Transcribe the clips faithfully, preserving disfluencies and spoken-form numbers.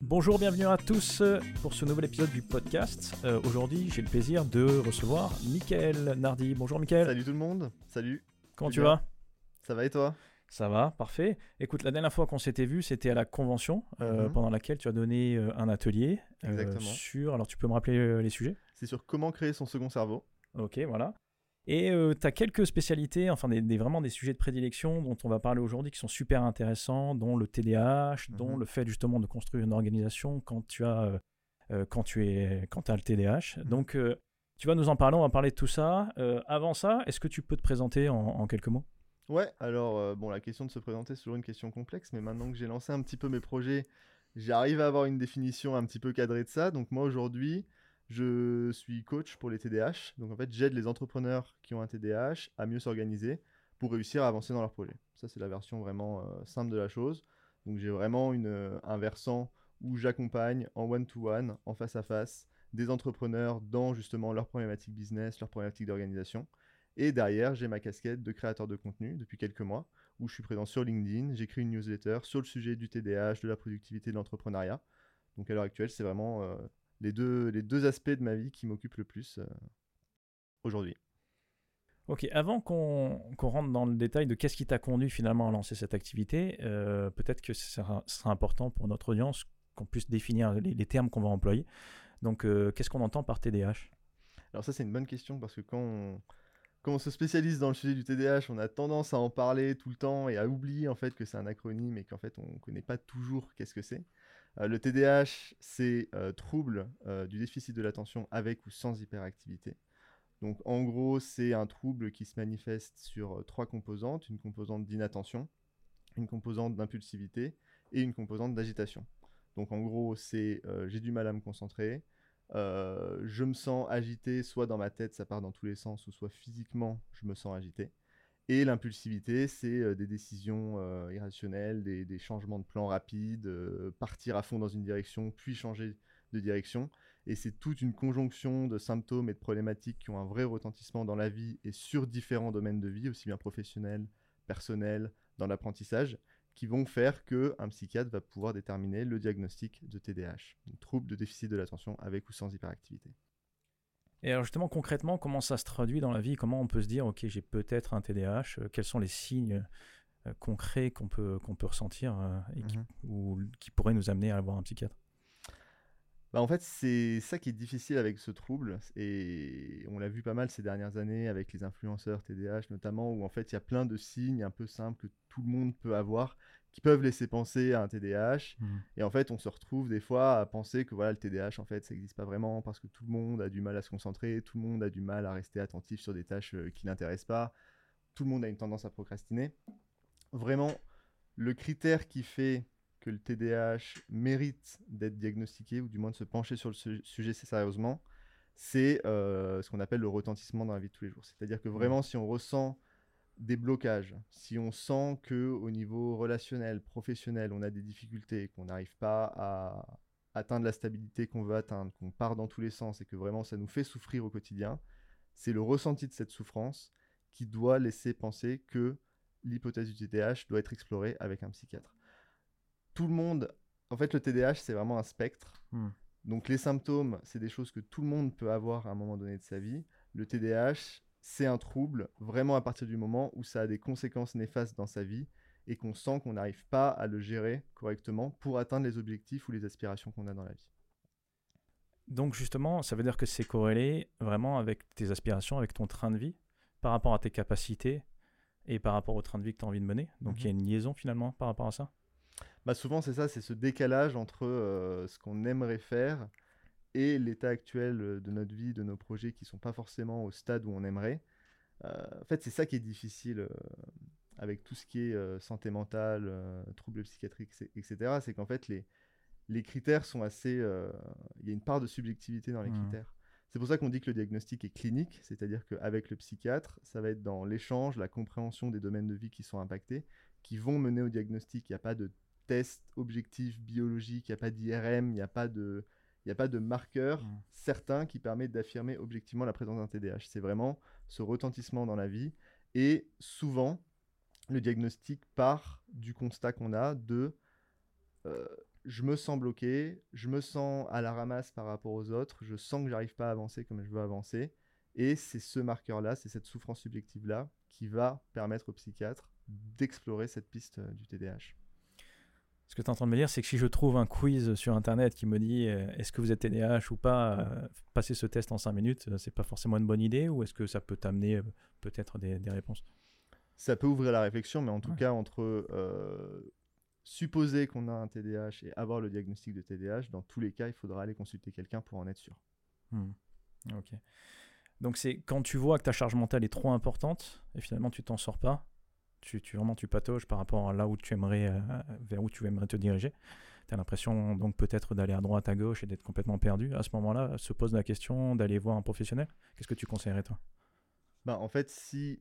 Bonjour, bienvenue à tous pour ce nouvel épisode du podcast. Euh, aujourd'hui, j'ai le plaisir de recevoir Mickaël Nardi. Bonjour Mickaël. Salut tout le monde, salut. Comment C'est tu bien. vas? Ça va et toi? Ça va, parfait. Écoute, la dernière fois qu'on s'était vu, c'était à la convention euh, Mhm. pendant laquelle tu as donné euh, un atelier euh, Exactement. sur... Alors, tu peux me rappeler euh, les sujets? C'est sur comment créer son second cerveau. Ok, voilà. Et euh, tu as quelques spécialités, enfin des, des- vraiment des sujets de prédilection dont on va parler aujourd'hui qui sont super intéressants, dont le T D A H, dont Mhm. le fait justement de construire une organisation quand tu as, euh, euh, quand tu es, quand as le T D A H. Mhm. Donc, euh, tu vas nous en parler, on va parler de tout ça. Euh, avant ça, est-ce que tu peux te présenter en, en quelques mots? Ouais, alors euh, bon, la question de se présenter, c'est toujours une question complexe, mais maintenant que j'ai lancé un petit peu mes projets, j'arrive à avoir une définition un petit peu cadrée de ça. Donc moi aujourd'hui, je suis coach pour les T D A H. Donc en fait, j'aide les entrepreneurs qui ont un T D A H à mieux s'organiser pour réussir à avancer dans leur projet. Ça, c'est la version vraiment euh, simple de la chose. Donc j'ai vraiment une, euh, un versant où j'accompagne en one-to-one, en face-à-face, des entrepreneurs dans justement leurs problématiques business, leurs problématiques d'organisation. Et derrière, j'ai ma casquette de créateur de contenu depuis quelques mois, où je suis présent sur LinkedIn, j'écris une newsletter sur le sujet du T D A H, de la productivité, de l'entrepreneuriat. Donc à l'heure actuelle, c'est vraiment euh, les, deux, les deux aspects de ma vie qui m'occupent le plus euh, aujourd'hui. Ok, avant qu'on qu'on rentre dans le détail de qu'est-ce qui t'a conduit finalement à lancer cette activité, euh, peut-être que ce sera, ce sera important pour notre audience qu'on puisse définir les, les termes qu'on va employer. Donc, euh, qu'est-ce qu'on entend par T D A H? Alors ça, c'est une bonne question parce que quand on, quand on se spécialise dans le sujet du T D A H, on a tendance à en parler tout le temps et à oublier en fait que c'est un acronyme et qu'en fait on ne connaît pas toujours qu'est-ce que c'est. Euh, le T D A H, c'est euh, trouble euh, du déficit de l'attention avec ou sans hyperactivité. Donc en gros, c'est un trouble qui se manifeste sur euh, trois composantes, une composante d'inattention, une composante d'impulsivité et une composante d'agitation. Donc en gros, c'est euh, j'ai du mal à me concentrer, euh, je me sens agité, soit dans ma tête, ça part dans tous les sens, ou soit physiquement, je me sens agité. Et l'impulsivité, c'est euh, des décisions euh, irrationnelles, des, des changements de plan rapides, euh, partir à fond dans une direction, puis changer de direction. Et c'est toute une conjonction de symptômes et de problématiques qui ont un vrai retentissement dans la vie et sur différents domaines de vie, aussi bien professionnels, personnels, dans l'apprentissage, qui vont faire qu'un psychiatre va pouvoir déterminer le diagnostic de T D A H, un trouble de déficit de l'attention avec ou sans hyperactivité. Et alors justement, concrètement, comment ça se traduit dans la vie? Comment on peut se dire, ok, j'ai peut-être un T D A H? euh, Quels sont les signes euh, concrets qu'on peut, qu'on peut ressentir euh, et qui, Mhm. ou, qui pourraient nous amener à voir un psychiatre? Bah, en fait, c'est ça qui est difficile avec ce trouble, et on l'a vu pas mal ces dernières années avec les influenceurs T D A H notamment, où en fait il y a plein de signes un peu simples que tout le monde peut avoir, qui peuvent laisser penser à un T D A H, Mhm. et en fait on se retrouve des fois à penser que voilà, le T D A H en fait ça n'existe pas vraiment, parce que tout le monde a du mal à se concentrer, tout le monde a du mal à rester attentif sur des tâches euh, qui n'intéressent pas, tout le monde a une tendance à procrastiner. Vraiment, le critère qui fait que le T D A H mérite d'être diagnostiqué, ou du moins de se pencher sur le su- sujet sérieusement, c'est euh, ce qu'on appelle le retentissement dans la vie de tous les jours. C'est-à-dire que Mhm. vraiment, si on ressent des blocages, si on sent que au niveau relationnel, professionnel, on a des difficultés, qu'on n'arrive pas à atteindre la stabilité qu'on veut atteindre, qu'on part dans tous les sens et que vraiment ça nous fait souffrir au quotidien, c'est le ressenti de cette souffrance qui doit laisser penser que l'hypothèse du T D A H doit être explorée avec un psychiatre. Tout le monde, en fait, le T D A H, c'est vraiment un spectre. Mhm. Donc les symptômes, c'est des choses que tout le monde peut avoir à un moment donné de sa vie. Le T D A H, c'est un trouble vraiment à partir du moment où ça a des conséquences néfastes dans sa vie et qu'on sent qu'on n'arrive pas à le gérer correctement pour atteindre les objectifs ou les aspirations qu'on a dans la vie. Donc justement, ça veut dire que c'est corrélé vraiment avec tes aspirations, avec ton train de vie, par rapport à tes capacités et par rapport au train de vie que tu as envie de mener. Donc il y Mhm. a une liaison finalement par rapport à ça. Bah souvent, c'est ça, c'est ce décalage entre euh, ce qu'on aimerait faire et l'état actuel euh, de notre vie, de nos projets qui sont pas forcément au stade où on aimerait. Euh, en fait, c'est ça qui est difficile euh, avec tout ce qui est euh, santé mentale, euh, troubles psychiatriques, c'est- et cetera. C'est qu'en fait, les, les critères sont assez... euh, Il y a une part de subjectivité dans les Mhm. critères. C'est pour ça qu'on dit que le diagnostic est clinique, c'est-à-dire qu'avec le psychiatre, ça va être dans l'échange, la compréhension des domaines de vie qui sont impactés, qui vont mener au diagnostic. Il n'y a pas de test objectif biologique, il n'y a pas d'I R M, il n'y a pas de... Il n'y a pas de marqueur Mhm. certain qui permet d'affirmer objectivement la présence d'un T D A H. C'est vraiment ce retentissement dans la vie. Et souvent, le diagnostic part du constat qu'on a de euh, je me sens bloqué, je me sens à la ramasse par rapport aux autres, je sens que j'arrive pas à avancer comme je veux avancer. Et c'est ce marqueur-là, c'est cette souffrance subjective-là qui va permettre au psychiatre d'explorer cette piste euh, du T D A H. Ce que tu es en train de me dire, c'est que si je trouve un quiz sur Internet qui me dit euh, est-ce que vous êtes T D A H ou pas, euh, passer ce test en cinq minutes, euh, c'est pas forcément une bonne idée, ou est-ce que ça peut t'amener euh, peut-être des, des réponses? Ça peut ouvrir la réflexion, mais en tout Ouais. cas, entre euh, supposer qu'on a un T D A H et avoir le diagnostic de T D A H, dans tous les cas, il faudra aller consulter quelqu'un pour en être sûr. Hmm. Ok. Donc c'est quand tu vois que ta charge mentale est trop importante et finalement tu t'en sors pas, tu, tu vraiment tu patauges par rapport à là où tu aimerais, euh, vers où tu aimerais te diriger. Tu as l'impression donc peut-être d'aller à droite, à gauche et d'être complètement perdu. À ce moment-là, se pose la question d'aller voir un professionnel. Qu'est-ce que tu conseillerais toi? Bah, en fait, si,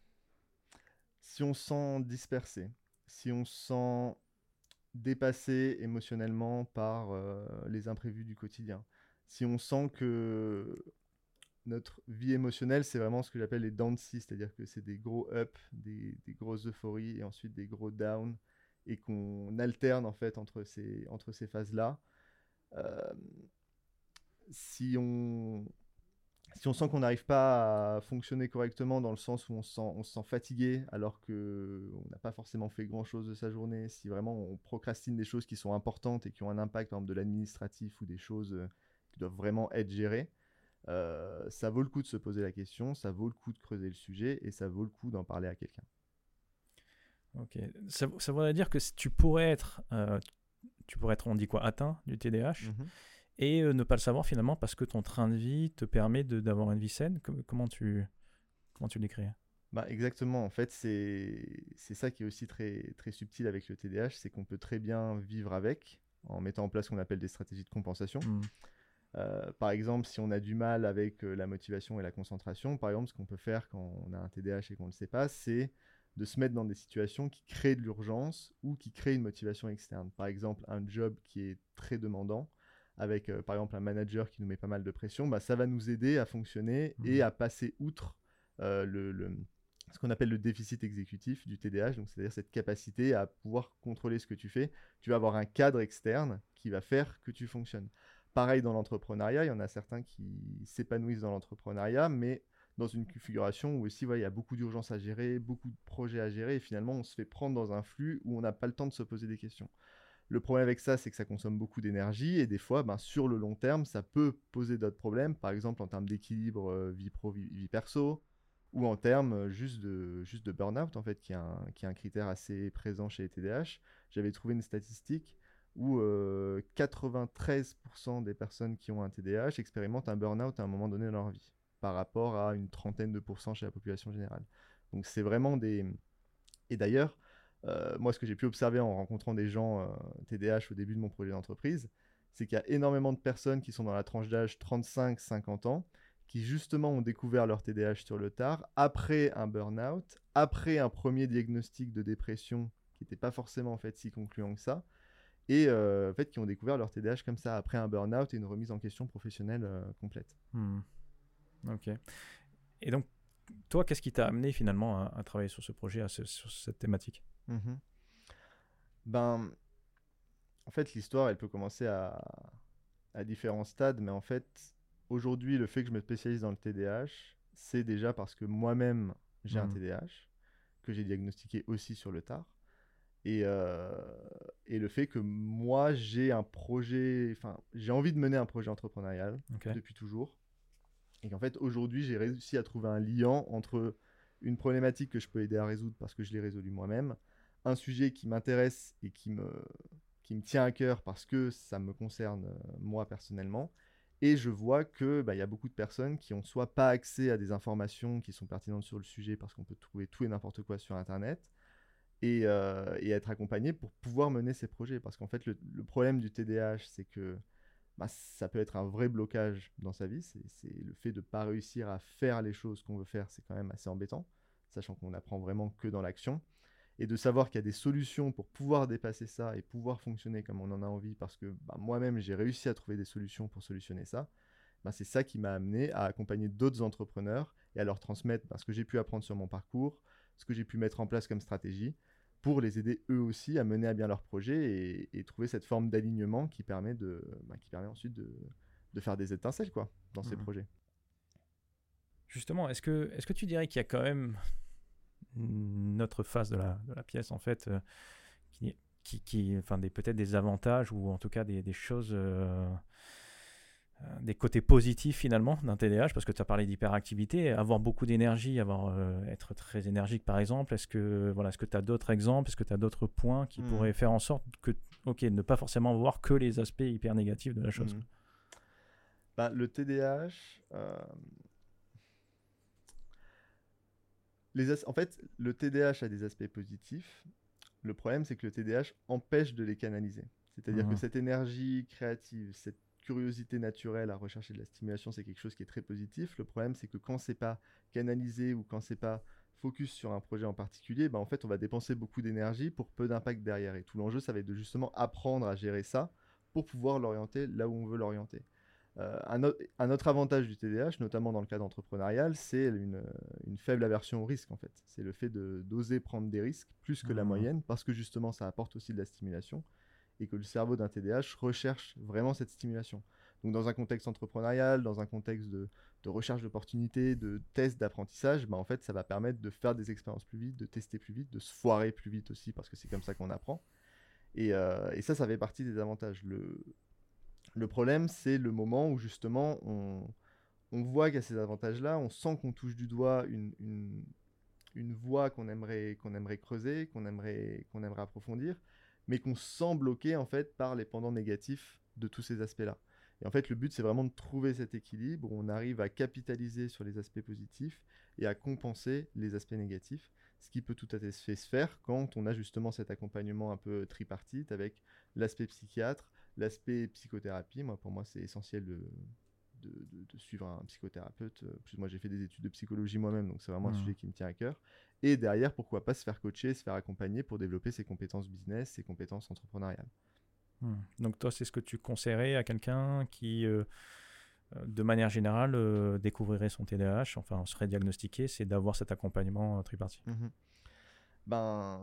si on se sent dispersé, si on se sent dépassé émotionnellement par euh, les imprévus du quotidien, si on sent que notre vie émotionnelle, c'est vraiment ce que j'appelle les dents de scie, c'est-à-dire que c'est des gros ups, des, des grosses euphories et ensuite des gros downs, et qu'on alterne en fait entre ces, entre ces phases-là. Euh, si on, si on sent qu'on n'arrive pas à fonctionner correctement dans le sens où on se sent, on se sent fatigué alors qu'on n'a pas forcément fait grand-chose de sa journée, si vraiment on procrastine des choses qui sont importantes et qui ont un impact, par exemple de l'administratif ou des choses euh, qui doivent vraiment être gérées, euh, ça vaut le coup de se poser la question, ça vaut le coup de creuser le sujet et ça vaut le coup d'en parler à quelqu'un. Ok. Ça, ça voudrait dire que si tu pourrais être, euh, tu pourrais être, on dit quoi, atteint du T D A H Mm-hmm. et euh, ne pas le savoir finalement parce que ton train de vie te permet de, d'avoir une vie saine. Com- comment tu, comment tu l'écris? Bah, exactement, en fait, c'est c'est ça qui est aussi très, très subtil avec le T D A H, c'est qu'on peut très bien vivre avec en mettant en place ce qu'on appelle des stratégies de compensation. Hmm. Euh, par exemple, si on a du mal avec euh, la motivation et la concentration, par exemple, ce qu'on peut faire quand on a un T D A H et qu'on ne le sait pas, c'est de se mettre dans des situations qui créent de l'urgence ou qui créent une motivation externe. Par exemple, un job qui est très demandant, avec euh, par exemple un manager qui nous met pas mal de pression, bah, ça va nous aider à fonctionner et Hmm. à passer outre euh, le, le, ce qu'on appelle le déficit exécutif du T D A H, donc c'est-à-dire cette capacité à pouvoir contrôler ce que tu fais. Tu vas avoir un cadre externe qui va faire que tu fonctionnes. Pareil dans l'entrepreneuriat, il y en a certains qui s'épanouissent dans l'entrepreneuriat, mais dans une configuration où aussi ouais, il y a beaucoup d'urgences à gérer, beaucoup de projets à gérer, et finalement on se fait prendre dans un flux où on n'a pas le temps de se poser des questions. Le problème avec ça, c'est que ça consomme beaucoup d'énergie, et des fois, ben, sur le long terme, ça peut poser d'autres problèmes, par exemple en termes d'équilibre euh, vie pro, vie, vie perso, ou en termes euh, juste de, juste de burn-out, en fait, qui est, un, qui est un critère assez présent chez les T D A H. J'avais trouvé une statistique où euh, quatre-vingt-treize pour cent des personnes qui ont un T D A H expérimentent un burn-out à un moment donné dans leur vie, par rapport à une trentaine de pourcents chez la population générale. Donc c'est vraiment des... Et d'ailleurs, euh, moi ce que j'ai pu observer en rencontrant des gens euh, T D A H au début de mon projet d'entreprise, c'est qu'il y a énormément de personnes qui sont dans la tranche d'âge trente-cinq cinquante ans, qui justement ont découvert leur T D A H sur le tard, après un burn-out, après un premier diagnostic de dépression qui n'était pas forcément en fait si concluant que ça, et euh, en fait, qui ont découvert leur T D A H comme ça, après un burn-out et une remise en question professionnelle euh, complète. Hmm. Ok. Et donc, toi, qu'est-ce qui t'a amené finalement à, à travailler sur ce projet, à ce- sur cette thématique? Mm-hmm. Ben, en fait, l'histoire, elle peut commencer à, à différents stades, mais en fait, aujourd'hui, le fait que je me spécialise dans le T D A H, c'est déjà parce que moi-même, j'ai un Hmm. T D A H, que j'ai diagnostiqué aussi sur le tard. Et, euh, et le fait que moi, j'ai un projet, enfin, j'ai envie de mener un projet entrepreneurial Ok. depuis toujours. Et qu'en fait, aujourd'hui, j'ai réussi à trouver un lien entre une problématique que je peux aider à résoudre parce que je l'ai résolue moi-même, un sujet qui m'intéresse et qui me, qui me tient à cœur parce que ça me concerne euh, moi personnellement. Et je vois que bah, y a beaucoup de personnes qui ont soit pas accès à des informations qui sont pertinentes sur le sujet parce qu'on peut trouver tout et n'importe quoi sur Internet, et, euh, et être accompagné pour pouvoir mener ces projets. Parce qu'en fait, le, le problème du T D A H, c'est que bah, ça peut être un vrai blocage dans sa vie. C'est, c'est le fait de ne pas réussir à faire les choses qu'on veut faire, c'est quand même assez embêtant, sachant qu'on apprend vraiment que dans l'action. Et de savoir qu'il y a des solutions pour pouvoir dépasser ça et pouvoir fonctionner comme on en a envie, parce que bah, moi-même, j'ai réussi à trouver des solutions pour solutionner ça, bah, c'est ça qui m'a amené à accompagner d'autres entrepreneurs et à leur transmettre bah, ce que j'ai pu apprendre sur mon parcours, ce que j'ai pu mettre en place comme stratégie, pour les aider eux aussi à mener à bien leur projet et, et trouver cette forme d'alignement qui permet, de, bah, qui permet ensuite de, de faire des étincelles quoi, dans ces Mmh. projets. Justement, est-ce que, est-ce que tu dirais qu'il y a quand même une autre face de la, de la pièce, en fait, euh, qui, qui, qui, enfin, des, peut-être des avantages ou en tout cas des, des choses, euh, euh, des côtés positifs finalement d'un T D A H, parce que tu as parlé d'hyperactivité, avoir beaucoup d'énergie, avoir, euh, être très énergique par exemple, est-ce que voilà, est-ce que tu as d'autres exemples, est-ce que tu as d'autres points qui Mmh. pourraient faire en sorte que, ok, ne pas forcément voir que les aspects hyper négatifs de la chose. Mmh. Bah, le T D A H, euh, les as- en fait, le T D A H a des aspects positifs. Le problème, c'est que le T D A H empêche de les canaliser. C'est-à-dire que Mhm. cette énergie créative, cette curiosité naturelle à rechercher de la stimulation, c'est quelque chose qui est très positif. Le problème, c'est que quand c'est pas canalisé ou quand c'est pas focus sur un projet en particulier, bah en fait, on va dépenser beaucoup d'énergie pour peu d'impact derrière. Et tout l'enjeu, ça va être de justement apprendre à gérer ça pour pouvoir l'orienter là où on veut l'orienter. Euh, un, o- un autre avantage du T D A H, notamment dans le cadre entrepreneurial, c'est une, une faible aversion au risque en fait. C'est le fait de d'oser prendre des risques plus que la Mhm. moyenne parce que justement ça apporte aussi de la stimulation et que le cerveau d'un T D A H recherche vraiment cette stimulation. Donc dans un contexte entrepreneurial, dans un contexte de, de recherche d'opportunités, de tests, d'apprentissage, bah en fait ça va permettre de faire des expériences plus vite, de tester plus vite, de se foirer plus vite aussi parce que c'est comme ça qu'on apprend. Et, euh, et ça, ça fait partie des avantages. Le, le problème, c'est le moment où justement on, on voit qu'il y a ces avantages-là, on sent qu'on touche du doigt une, une, une voie qu'on aimerait, qu'on aimerait creuser, qu'on aimerait, qu'on aimerait approfondir, mais qu'on se sent bloqué en fait par les pendants négatifs de tous ces aspects-là. Et en fait, le but, c'est vraiment de trouver cet équilibre où on arrive à capitaliser sur les aspects positifs et à compenser les aspects négatifs, ce qui peut tout à fait se faire quand on a justement cet accompagnement un peu tripartite avec l'aspect psychiatre, l'aspect psychothérapie. Moi, pour moi, c'est essentiel de, de, de, de suivre un psychothérapeute. Plus, moi, j'ai fait des études de psychologie moi-même, donc c'est vraiment un Mhm. sujet qui me tient à cœur. Et derrière, pourquoi pas se faire coacher, se faire accompagner pour développer ses compétences business, ses compétences entrepreneuriales. Mhm. Donc toi, c'est ce que tu conseillerais à quelqu'un qui, euh, euh, de manière générale, euh, découvrirait son T D A H, enfin, serait diagnostiqué, c'est d'avoir cet accompagnement euh, tripartite. Mm-hmm. Ben,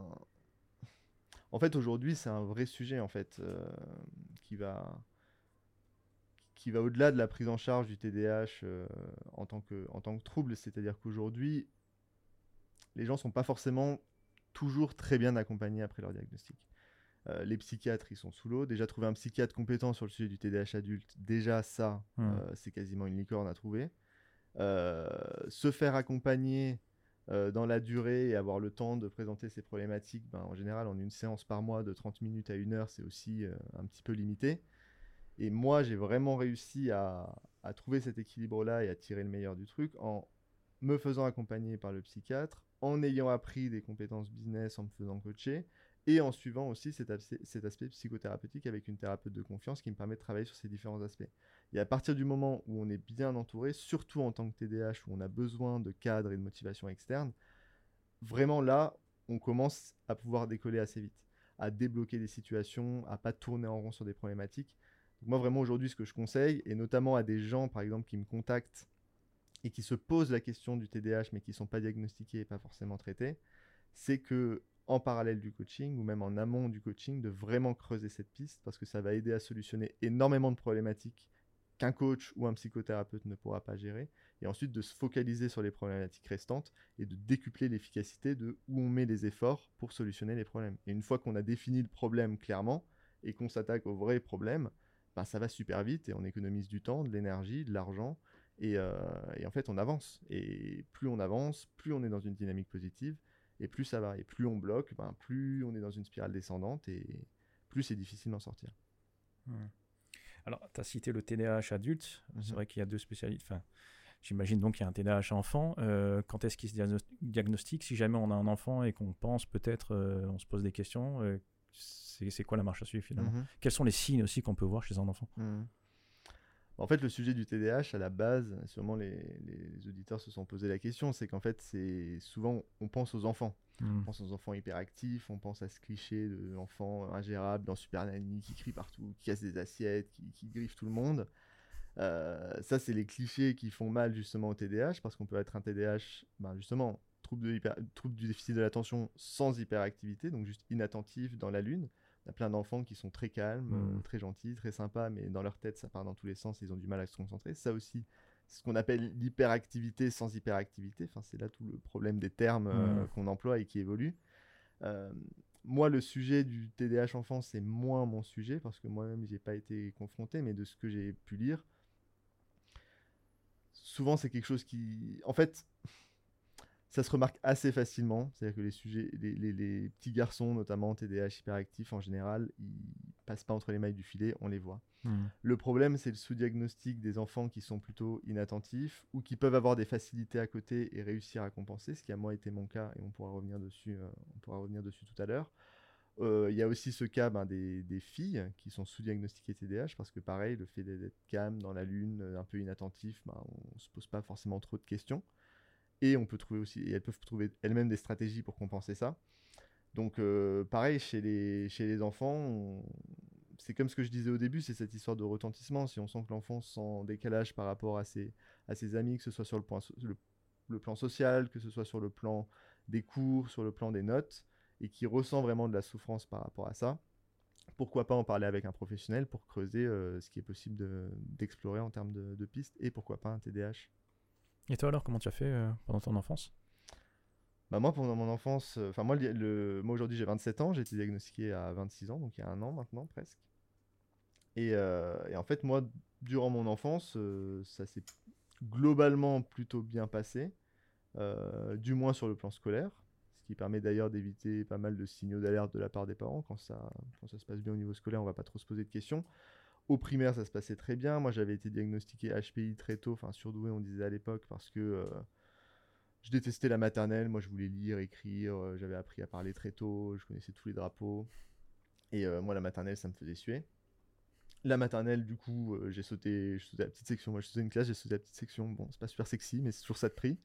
en fait, aujourd'hui, c'est un vrai sujet en fait euh, qui va qui va au-delà de la prise en charge du T D A H euh, en tant que en tant que trouble. C'est-à-dire qu'aujourd'hui, les gens sont pas forcément toujours très bien accompagnés après leur diagnostic. Euh, les psychiatres, ils sont sous l'eau. Déjà, trouver un psychiatre compétent sur le sujet du T D A H adulte, déjà ça, Mhm. euh, c'est quasiment une licorne à trouver. Euh, se faire accompagner euh, dans la durée et avoir le temps de présenter ses problématiques, ben, en général, en une séance par mois de trente minutes à une heure, c'est aussi euh, un petit peu limité. Et moi, j'ai vraiment réussi à, à trouver cet équilibre-là et à tirer le meilleur du truc en me faisant accompagner par le psychiatre, en ayant appris des compétences business, en me faisant coacher, et en suivant aussi cet aspect, cet aspect psychothérapeutique avec une thérapeute de confiance qui me permet de travailler sur ces différents aspects. Et à partir du moment où on est bien entouré, surtout en tant que T D A H, où on a besoin de cadres et de motivation externe, vraiment là, on commence à pouvoir décoller assez vite, à débloquer des situations, à pas tourner en rond sur des problématiques. Donc moi, vraiment, aujourd'hui, ce que je conseille, et notamment à des gens, par exemple, qui me contactent et qui se posent la question du T D A H, mais qui ne sont pas diagnostiqués et pas forcément traités, c'est que en parallèle du coaching, ou même en amont du coaching, de vraiment creuser cette piste, parce que ça va aider à solutionner énormément de problématiques qu'un coach ou un psychothérapeute ne pourra pas gérer, et ensuite de se focaliser sur les problématiques restantes et de décupler l'efficacité de où on met les efforts pour solutionner les problèmes. Et une fois qu'on a défini le problème clairement et qu'on s'attaque au vrai problème, ben ça va super vite et on économise du temps, de l'énergie, de l'argent, et, euh, et en fait on avance. Et plus on avance, plus on est dans une dynamique positive, et plus ça va. Et plus on bloque, ben plus on est dans une spirale descendante, et plus c'est difficile d'en sortir. Mhm. Alors, tu as cité le T D A H adulte. C'est Mhm. vrai qu'il y a deux spécialistes. Enfin, j'imagine donc qu'il y a un T D A H enfant. Euh, quand est-ce qu'il se diagnos- diagnostique? Si jamais on a un enfant et qu'on pense peut-être, euh, on se pose des questions, euh, c'est, c'est quoi la marche à suivre finalement? Mhm. Quels sont les signes aussi qu'on peut voir chez un enfant? Mhm. En fait, le sujet du T D A H, à la base, sûrement les, les auditeurs se sont posé la question, c'est qu'en fait, c'est souvent, on pense aux enfants. On Hmm. pense aux enfants hyperactifs, on pense à ce cliché de l'enfant ingérable dans Super Nanny qui crie partout, qui casse des assiettes, qui, qui griffe tout le monde. Euh, ça, c'est les clichés qui font mal justement au T D A H, parce qu'on peut être un T D A H, ben justement, trouble, de hyper- trouble du déficit de l'attention sans hyperactivité, donc juste inattentif dans la lune. On a plein d'enfants qui sont très calmes, Hmm. euh, très gentils, très sympas, mais dans leur tête, ça part dans tous les sens et ils ont du mal à se concentrer. Ça aussi, c'est ce qu'on appelle l'hyperactivité sans hyperactivité. Enfin, c'est là tout le problème des termes euh, Hmm. qu'on emploie et qui évoluent. Euh, Moi, le sujet du T D A H enfant, c'est moins mon sujet parce que moi-même, j'ai pas été confronté, mais de ce que j'ai pu lire, souvent, c'est quelque chose qui. En fait, ça se remarque assez facilement. C'est-à-dire que les sujets, les, les- les petits garçons, notamment T D A H hyperactifs en général, ils passent pas entre les mailles du filet, on les voit. Hmm. Le problème, c'est le sous-diagnostic des enfants qui sont plutôt inattentifs ou qui peuvent avoir des facilités à côté et réussir à compenser, ce qui a moi été mon cas et on pourra revenir dessus, euh, on pourra revenir dessus tout à l'heure. Euh, Il y a aussi ce cas ben, des, des filles qui sont sous-diagnostiquées T D A H parce que pareil, le fait d'être calme dans la lune, euh, un peu inattentif, ben, on ne se pose pas forcément trop de questions. Et on peut trouver aussi, et elles peuvent trouver elles-mêmes des stratégies pour compenser ça. Donc euh, pareil, chez les, chez les enfants, on- c'est comme ce que je disais au début, c'est cette histoire de retentissement. Si on sent que l'enfant se sent en décalage par rapport à ses, à ses amis, que ce soit sur le, point so- le, le plan social, que ce soit sur le plan des cours, sur le plan des notes, et qui ressent vraiment de la souffrance par rapport à ça, pourquoi pas en parler avec un professionnel pour creuser euh, ce qui est possible de- d'explorer en termes de, de pistes, et pourquoi pas un T D A H. Et toi alors, comment tu as fait euh, pendant ton enfance? Bah moi, pendant mon enfance, euh, enfin moi, le, le- moi aujourd'hui j'ai vingt-sept ans, j'ai été diagnostiqué à vingt-six ans, donc il y a un an maintenant presque. Et, euh, et en fait, moi, durant mon enfance, euh, ça s'est globalement plutôt bien passé, euh, du moins sur le plan scolaire, ce qui permet d'ailleurs d'éviter pas mal de signaux d'alerte de la part des parents. Quand ça, quand ça se passe bien au niveau scolaire, on va pas trop se poser de questions. Au primaire, ça se passait très bien. Moi, j'avais été diagnostiqué H P I très tôt, enfin surdoué, on disait à l'époque, parce que euh, je détestais la maternelle. Moi, je voulais lire, écrire, euh, j'avais appris à parler très tôt, je connaissais tous les drapeaux. Et euh, moi, la maternelle, ça me faisait suer. La maternelle, du coup, euh, j'ai sauté, je sautais à la petite section. Moi, je faisais une classe, j'ai sauté à la petite section. Bon, c'est pas super sexy, mais c'est toujours ça de prix.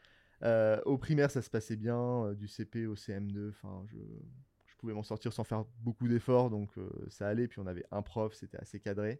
Euh, au primaire, ça se passait bien, euh, du C P au C M deux. Enfin, je, je pouvais m'en sortir sans faire beaucoup d'efforts, donc euh, ça allait. Puis on avait un prof, c'était assez cadré.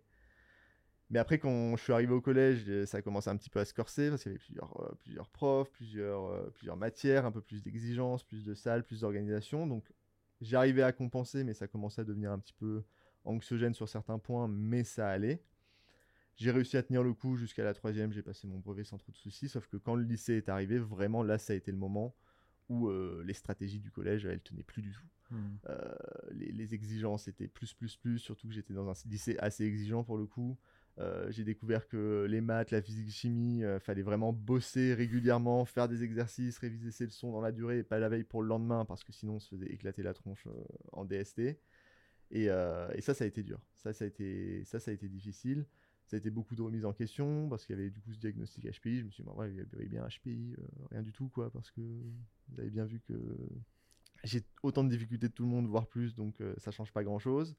Mais après, quand je suis arrivé au collège, euh, ça a commencé un petit peu à se corser parce qu'il y avait plusieurs, euh, plusieurs profs, plusieurs, euh, plusieurs matières, un peu plus d'exigence, plus de salles, plus d'organisation. Donc, j'arrivais à compenser, mais ça commençait à devenir un petit peu anxiogène sur certains points, mais ça allait. J'ai réussi à tenir le coup jusqu'à la troisième, j'ai passé mon brevet sans trop de soucis, sauf que quand le lycée est arrivé, vraiment là, ça a été le moment où euh, les stratégies du collège, elles tenaient plus du tout. Hmm. Euh, les, les exigences étaient plus, plus, plus, surtout que j'étais dans un lycée assez exigeant pour le coup. Euh, j'ai découvert que les maths, la physique, chimie, euh, fallait vraiment bosser régulièrement, faire des exercices, réviser ses leçons dans la durée et pas la veille pour le lendemain parce que sinon on se faisait éclater la tronche euh, en D S T. Et, euh, et ça, ça a été dur. Ça, ça a été, ça, ça a été difficile. Ça a été beaucoup de remises en question parce qu'il y avait du coup ce diagnostic H P I. Je me suis dit, bah, ouais, il y avait bien H P I, euh, rien du tout, quoi, parce que vous avez bien vu que j'ai autant de difficultés de tout le monde, voire plus, donc euh, ça change pas grand-chose.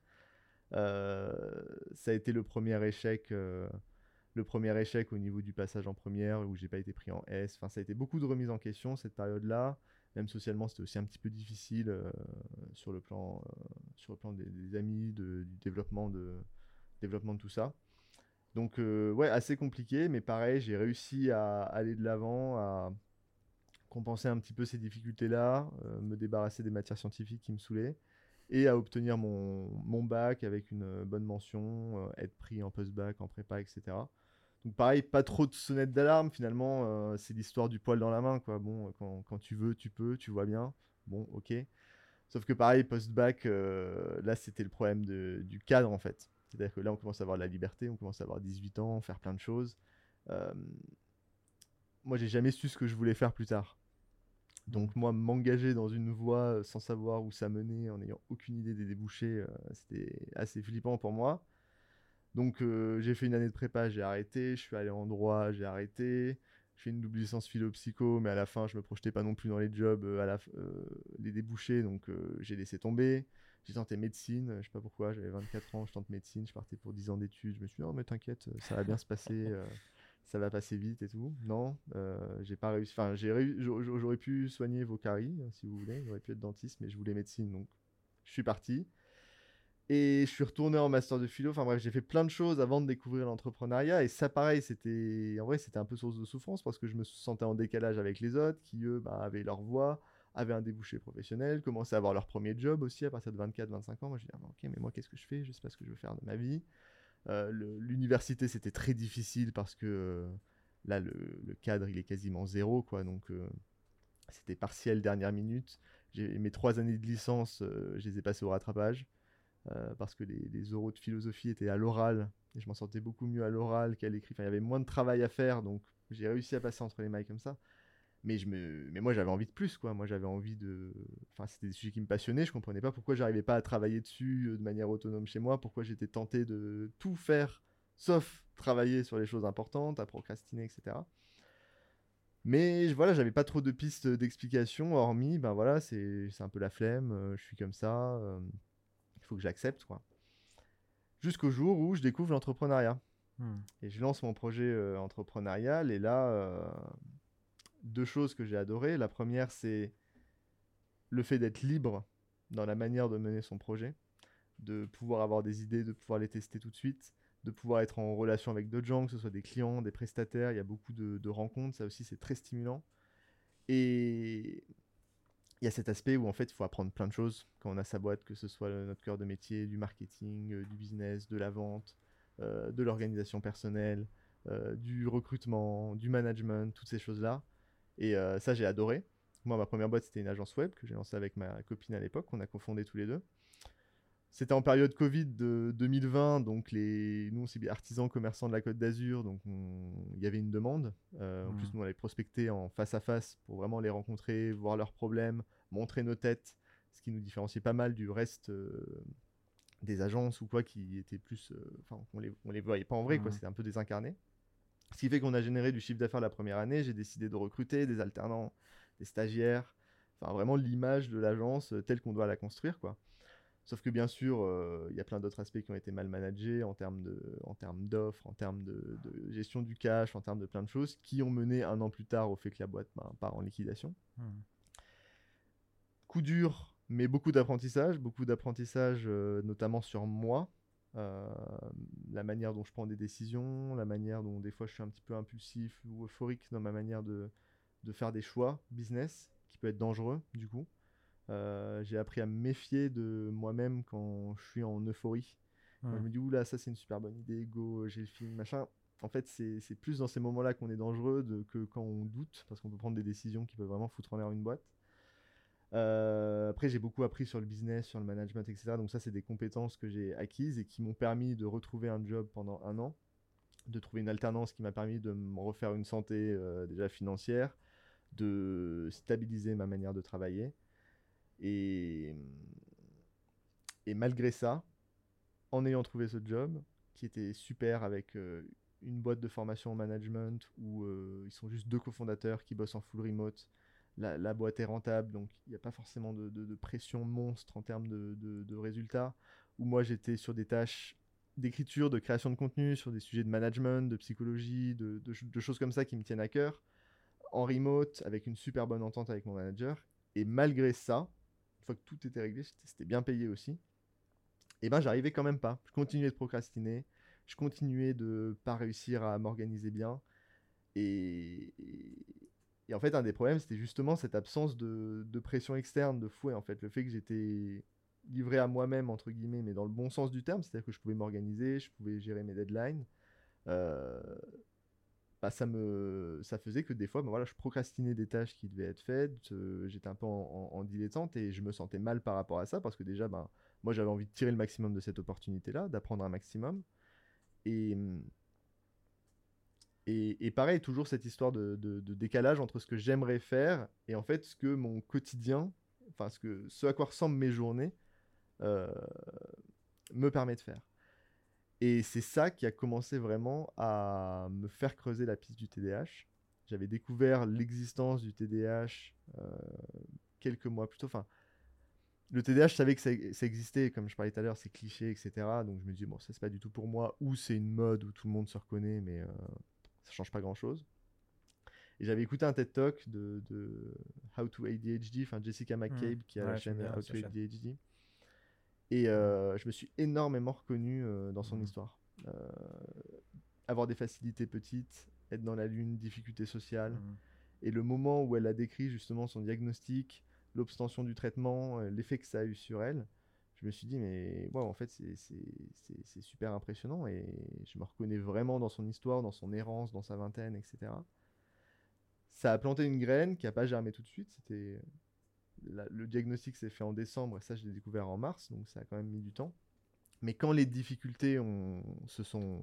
Euh, Ça a été le premier échec, euh, le premier échec au niveau du passage en première où j'ai pas été pris en S. Enfin, ça a été beaucoup de remises en question cette période-là. Même socialement, c'était aussi un petit peu difficile euh, sur le plan, euh, sur le plan des, des amis, de- du développement de, développement de tout ça. Donc, euh, ouais, assez compliqué, mais pareil, j'ai réussi à aller de l'avant, à compenser un petit peu ces difficultés-là, euh, me débarrasser des matières scientifiques qui me saoulaient, et à obtenir mon, mon bac avec une euh, bonne mention, euh, être pris en post-bac, en prépa, et cetera. Donc pareil, pas trop de sonnette d'alarme finalement, euh, c'est l'histoire du poil dans la main, quoi. Bon, euh, quand, quand tu veux, tu peux, tu vois bien. Bon, ok. Sauf que pareil, post-bac, euh, là c'était le problème de- du cadre en fait. C'est-à-dire que là on commence à avoir de la liberté, on commence à avoir dix-huit ans, faire plein de choses. Euh, Moi j'ai jamais su ce que je voulais faire plus tard. Hmm. Donc moi, m'engager dans une voie euh, sans savoir où ça menait, en n'ayant aucune idée des débouchés, euh, c'était assez flippant pour moi. Donc euh, j'ai fait une année de prépa, j'ai arrêté. Je suis allé en droit, j'ai arrêté. J'ai fait une double licence philo-psycho, mais à la fin, je me projetais pas non plus dans les jobs, euh, à la f- euh, les débouchés, donc euh, j'ai laissé tomber. J'ai tenté médecine, euh, je sais pas pourquoi, j'avais vingt-quatre ans, je tente médecine, je partais pour dix ans d'études. Je me suis dit, non, mais t'inquiète, euh, ça va bien se passer. euh, ça va passer vite et tout. Non, euh, j'ai pas réussi. Enfin, j'ai réu- j'au- j'aurais pu soigner vos caries, hein, si vous voulez. J'aurais pu être dentiste, mais je voulais médecine, donc je suis parti. Et je suis retourné en master de philo. Enfin bref, j'ai fait plein de choses avant de découvrir l'entrepreneuriat. Et ça, pareil, c'était en vrai, c'était un peu source de souffrance parce que je me sentais en décalage avec les autres qui, eux, bah, avaient leur voie, avaient un débouché professionnel, commençaient à avoir leur premier job aussi à partir de vingt-quatre vingt-cinq ans. Moi, je dis, ah, bah, ok, mais moi, qu'est-ce que je fais? Je sais pas ce que je veux faire de ma vie. Euh, le- l'université, c'était très difficile parce que euh, là, le, le cadre, il est quasiment zéro, quoi. Donc, euh, c'était partiel dernière minute. J'ai, mes trois années de licence, euh, je les ai passées au rattrapage euh, parce que les, les oraux de philosophie étaient à l'oral et je m'en sortais beaucoup mieux à l'oral qu'à l'écrit. Enfin, il y avait moins de travail à faire, donc j'ai réussi à passer entre les mailles comme ça. Mais, je me... mais moi, j'avais envie de plus, quoi. Moi, j'avais envie de. Enfin, c'était des sujets qui me passionnaient. Je comprenais pas pourquoi j'arrivais pas à travailler dessus euh, de manière autonome chez moi, pourquoi j'étais tenté de tout faire sauf travailler sur les choses importantes, à procrastiner, et cetera. Mais je- voilà, j'avais pas trop de pistes d'explication, hormis, ben voilà, c'est c'est un peu la flemme, euh, je suis comme ça, euh, il faut que j'accepte, quoi. Jusqu'au jour où je découvre l'entrepreneuriat. Hmm. Et je lance mon projet euh, entrepreneurial, et là, euh, deux choses que j'ai adorées. La première, c'est le fait d'être libre dans la manière de mener son projet, de pouvoir avoir des idées, de pouvoir les tester tout de suite, de pouvoir être en relation avec d'autres gens, que ce soit des clients, des prestataires, il y a beaucoup de, de rencontres, ça aussi c'est très stimulant. Et il y a cet aspect où en fait il faut apprendre plein de choses quand on a sa boîte, que ce soit notre cœur de métier, du marketing, euh, du business, de la vente, euh, de l'organisation personnelle, euh, du recrutement, du management, toutes ces choses-là. Et euh, ça j'ai adoré. Moi ma première boîte c'était une agence web que j'ai lancée avec ma copine à l'époque, qu'on a cofondé tous les deux. C'était en période Covid de deux mille vingt, donc les... nous, c'est artisans commerçants de la Côte d'Azur, donc on... il y avait une demande. Euh, en plus, Hmm. nous, on avait prospecté en face à face pour vraiment les rencontrer, voir leurs problèmes, montrer nos têtes, ce qui nous différenciait pas mal du reste euh, des agences ou quoi, qui étaient plus... euh, Enfin, on les, on les voyait pas en vrai, quoi, Hmm. c'était un peu désincarné. Ce qui fait qu'on a généré du chiffre d'affaires la première année, j'ai décidé de recruter des alternants, des stagiaires, enfin vraiment l'image de l'agence euh, telle qu'on doit la construire, quoi. Sauf que bien sûr, euh, il y a plein d'autres aspects qui ont été mal managés en termes de, en termes d'offres, en termes de, de gestion du cash, en termes de plein de choses qui ont mené un an plus tard au fait que la boîte ben, part en liquidation. Hmm. Coup dur, mais beaucoup d'apprentissage, beaucoup d'apprentissage euh, notamment sur moi, euh, la manière dont je prends des décisions, la manière dont des fois je suis un petit peu impulsif ou euphorique dans ma manière de, de faire des choix business, qui peut être dangereux du coup. Euh, j'ai appris à me méfier de moi-même quand je suis en euphorie. Quand je Hmm. me dis, oula, ça c'est une super bonne idée, go, j'ai le film, machin. En fait, c'est c'est plus dans ces moments-là qu'on est dangereux de, que quand on doute, parce qu'on peut prendre des décisions qui peuvent vraiment foutre en l'air une boîte. Euh, après, j'ai beaucoup appris sur le business, sur le management, et cetera. Donc ça, c'est des compétences que j'ai acquises et qui m'ont permis de retrouver un job pendant un an, de trouver une alternance qui m'a permis de me refaire une santé euh, déjà financière, de stabiliser ma manière de travailler. Et, et malgré ça, en ayant trouvé ce job, qui était super avec euh, une boîte de formation en management où euh, ils sont juste deux cofondateurs qui bossent en full remote, la, la boîte est rentable, donc il n'y a pas forcément de, de- de pression monstre en termes de, de- de résultats, où moi j'étais sur des tâches d'écriture, de création de contenu, sur des sujets de management, de psychologie, de, de ch- de choses comme ça qui me tiennent à cœur, en remote, avec une super bonne entente avec mon manager. Et malgré ça, une fois que tout était réglé, c'était c'était bien payé aussi, et ben j'arrivais quand même pas. Je continuais de procrastiner, je continuais de pas réussir à m'organiser bien. Et, et, et en fait, un des problèmes, c'était justement cette absence de, de pression externe, de fouet, en fait. Le fait que j'étais livré à moi-même, entre guillemets, mais dans le bon sens du terme, c'est-à-dire que je pouvais m'organiser, je pouvais gérer mes deadlines. Euh, Bah, ça me ça faisait que des fois ben voilà, je procrastinais des tâches qui devaient être faites, euh, j'étais un peu en, en- en dilettante et je me sentais mal par rapport à ça parce que déjà ben moi j'avais envie de tirer le maximum de cette opportunité là, d'apprendre un maximum et, et, et pareil toujours cette histoire de, de- de décalage entre ce que j'aimerais faire et en fait ce que mon quotidien, enfin ce que ce à quoi ressemblent mes journées euh, me permet de faire. Et c'est ça qui a commencé vraiment à me faire creuser la piste du T D A H. J'avais découvert l'existence du T D A H euh, quelques mois plus tôt. Enfin, le T D A H, je savais que ça, ça existait, comme je parlais tout à l'heure, c'est cliché, et cetera. Donc je me dis, bon, ça c'est pas du tout pour moi, ou c'est une mode où tout le monde se reconnaît, mais euh, ça change pas grand-chose. Et j'avais écouté un TED Talk de, de How to A D H D, enfin Jessica Hmm. McCabe, qui a la Ouais, j'aime chaîne bien How sa to chaîne. A D H D. Et euh, je me suis énormément reconnu euh, dans son Mmh. histoire. Euh, avoir des facilités petites, être dans la lune, difficultés sociales. Mmh. Et le moment où elle a décrit justement son diagnostic, l'obstention du traitement, euh, l'effet que ça a eu sur elle, je me suis dit, mais wow, en fait, c'est- c'est c'est- c'est super impressionnant et je me reconnais vraiment dans son histoire, dans son errance, dans sa vingtaine, et cetera. Ça a planté une graine qui n'a pas germé tout de suite. C'était la- le diagnostic s'est fait en décembre et ça, je l'ai découvert en mars, donc ça a quand même mis du temps. Mais quand les difficultés ont, se sont,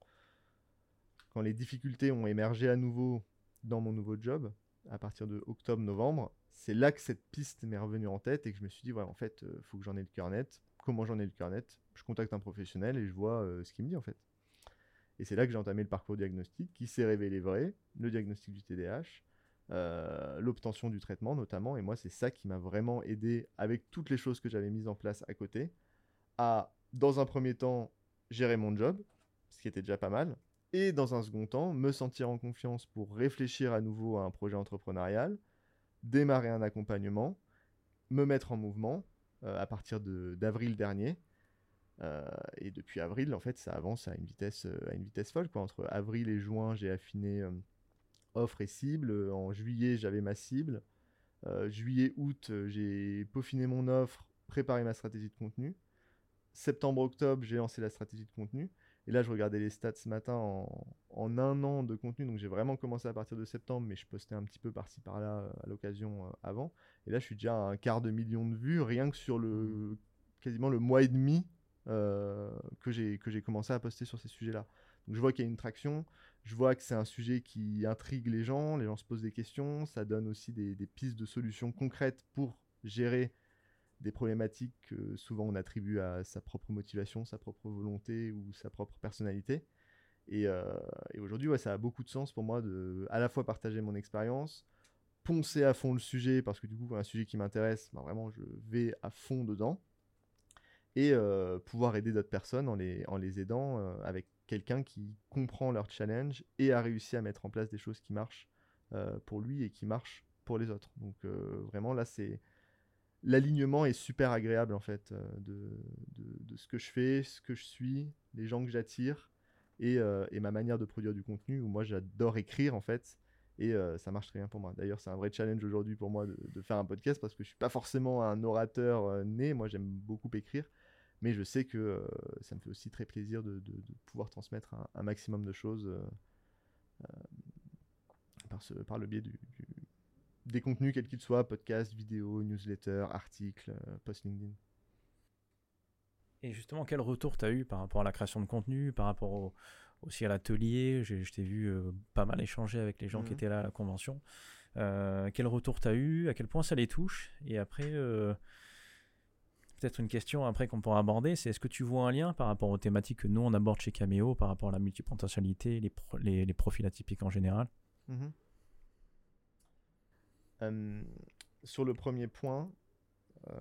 quand les difficultés ont émergé à nouveau dans mon nouveau job, à partir de octobre-novembre, c'est là que cette piste m'est revenue en tête et que je me suis dit, ouais, en fait, il faut que j'en ai le cœur net. Comment j'en ai le cœur net? Je contacte un professionnel et je vois euh, ce qu'il me dit, en fait. Et c'est là que j'ai entamé le parcours diagnostic qui s'est révélé vrai, le diagnostic du T D A H, euh, l'obtention du traitement notamment. Et moi, c'est ça qui m'a vraiment aidé, avec toutes les choses que j'avais mises en place à côté, à, dans un premier temps, gérer mon job, ce qui était déjà pas mal, et dans un second temps, me sentir en confiance pour réfléchir à nouveau à un projet entrepreneurial, démarrer un accompagnement, me mettre en mouvement euh, à partir de- d'avril dernier. Euh, et depuis avril, en fait, ça avance à une vitesse, euh, à une vitesse folle, quoi. Entre avril et juin, j'ai affiné euh, offre et cible. En juillet, j'avais ma cible. Euh, juillet, août, euh, j'ai peaufiné mon offre, préparé ma stratégie de contenu. Septembre, octobre, j'ai lancé la stratégie de contenu. Et là, je regardais les stats ce matin en, en un an de contenu. Donc, j'ai vraiment commencé à partir de septembre, mais je postais un petit peu par-ci par-là euh, à l'occasion euh, avant. Et là, je suis déjà à un quart de million de vues, rien que sur Mmh. le quasiment le mois et demi euh, que j'ai que j'ai commencé à poster sur ces sujets-là. Donc, je vois qu'il y a une traction. Je vois que c'est un sujet qui intrigue les gens. Les gens se posent des questions. Ça donne aussi des, des pistes de solutions concrètes pour gérer des problématiques que souvent on attribue à sa propre motivation, sa propre volonté ou sa propre personnalité. Et, euh, et aujourd'hui, ouais, ça a beaucoup de sens pour moi de à la fois partager mon expérience, poncer à fond le sujet, parce que du coup, un sujet qui m'intéresse, ben vraiment, je vais à fond dedans, et euh, pouvoir aider d'autres personnes en les, en les aidant euh, avec quelqu'un qui comprend leur challenge et a réussi à mettre en place des choses qui marchent euh, pour lui et qui marchent pour les autres. Donc euh, vraiment, là, c'est l'alignement est super agréable en fait euh, de, de, de ce que je fais, ce que je suis, les gens que j'attire et, euh, et ma manière de produire du contenu où moi j'adore écrire en fait et euh, ça marche très bien pour moi. D'ailleurs c'est un vrai challenge aujourd'hui pour moi de, de faire un podcast parce que je suis pas forcément un orateur euh, né, moi j'aime beaucoup écrire mais je sais que euh, ça me fait aussi très plaisir de, de, de pouvoir transmettre un, un maximum de choses euh, par, ce, par le biais du, du, des contenus quels qu'ils soient, podcasts, vidéos, newsletters, articles, euh, post LinkedIn. Et justement, quel retour tu as eu par rapport à la création de contenu, par rapport au- aussi à l'atelier? J'ai- Je t'ai vu euh, pas mal échanger avec les gens qui Mhm. étaient là à la convention. Euh, quel retour tu as eu? À quel point ça les touche? Et après, euh, peut-être une question après qu'on pourra aborder, c'est est-ce que tu vois un lien par rapport aux thématiques que nous on aborde chez Cameo, par rapport à la multipotentialité, les, pro- les, les profils atypiques en général? Mhm. Euh, sur le premier point, euh,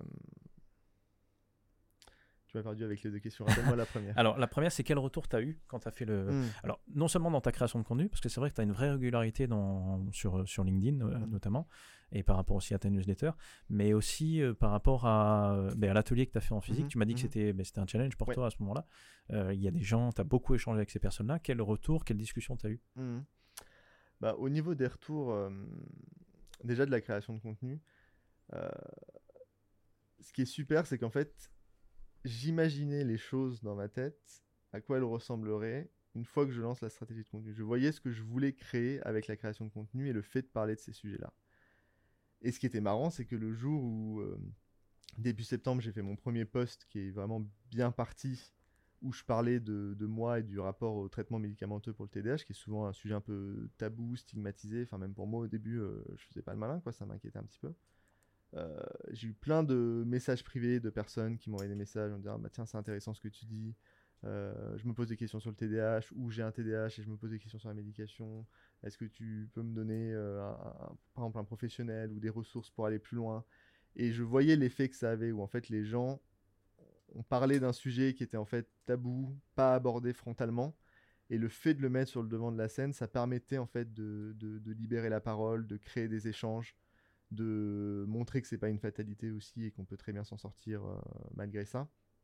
tu m'as perdu avec les deux questions. Rappelle-moi la première. Alors, la première, c'est quel retour tu as eu quand tu as fait le. Mhm. Alors, non seulement dans ta création de contenu, parce que c'est vrai que tu as une vraie régularité dans, sur, sur LinkedIn, euh, Mhm. notamment, et par rapport aussi à ta newsletter, mais aussi euh, par rapport à, euh, ben, à l'atelier que tu as fait en physique. Mhm. Tu m'as dit que Mhm. c'était ben, c'était un challenge pour Ouais. toi à ce moment-là. Euh, Il y a des gens, tu as beaucoup échangé avec ces personnes-là. Quel retour, quelle discussion tu as eu? Mhm. Bah, au niveau des retours, euh, déjà de la création de contenu, euh, ce qui est super, c'est qu'en fait, j'imaginais les choses dans ma tête, à quoi elles ressembleraient une fois que je lance la stratégie de contenu. Je voyais ce que je voulais créer avec la création de contenu et le fait de parler de ces sujets-là. Et ce qui était marrant, c'est que le jour où, euh, début septembre, j'ai fait mon premier post qui est vraiment bien parti, où je parlais de, de moi et du rapport au traitement médicamenteux pour le T D A H, qui est souvent un sujet un peu tabou, stigmatisé. Enfin, même pour moi, au début, euh, je faisais pas le malin, quoi, ça m'inquiétait un petit peu. Euh, j'ai eu plein de messages privés de personnes qui m'envoyaient des messages en disant ah, bah, tiens, c'est intéressant ce que tu dis. Euh, je me pose des questions sur le T D A H ou j'ai un T D A H et je me pose des questions sur la médication. Est-ce que tu peux me donner euh, un, un, par exemple un professionnel ou des ressources pour aller plus loin? Et je voyais l'effet que ça avait où en fait les gens ont parlé d'un sujet qui était en fait tabou, pas abordé frontalement. Et le fait de le mettre sur le devant de la scène, ça permettait en fait de, de, de libérer la parole, de créer des échanges, de montrer que c'est pas une fatalité aussi et qu'on peut très bien s'en sortir euh, malgré ça.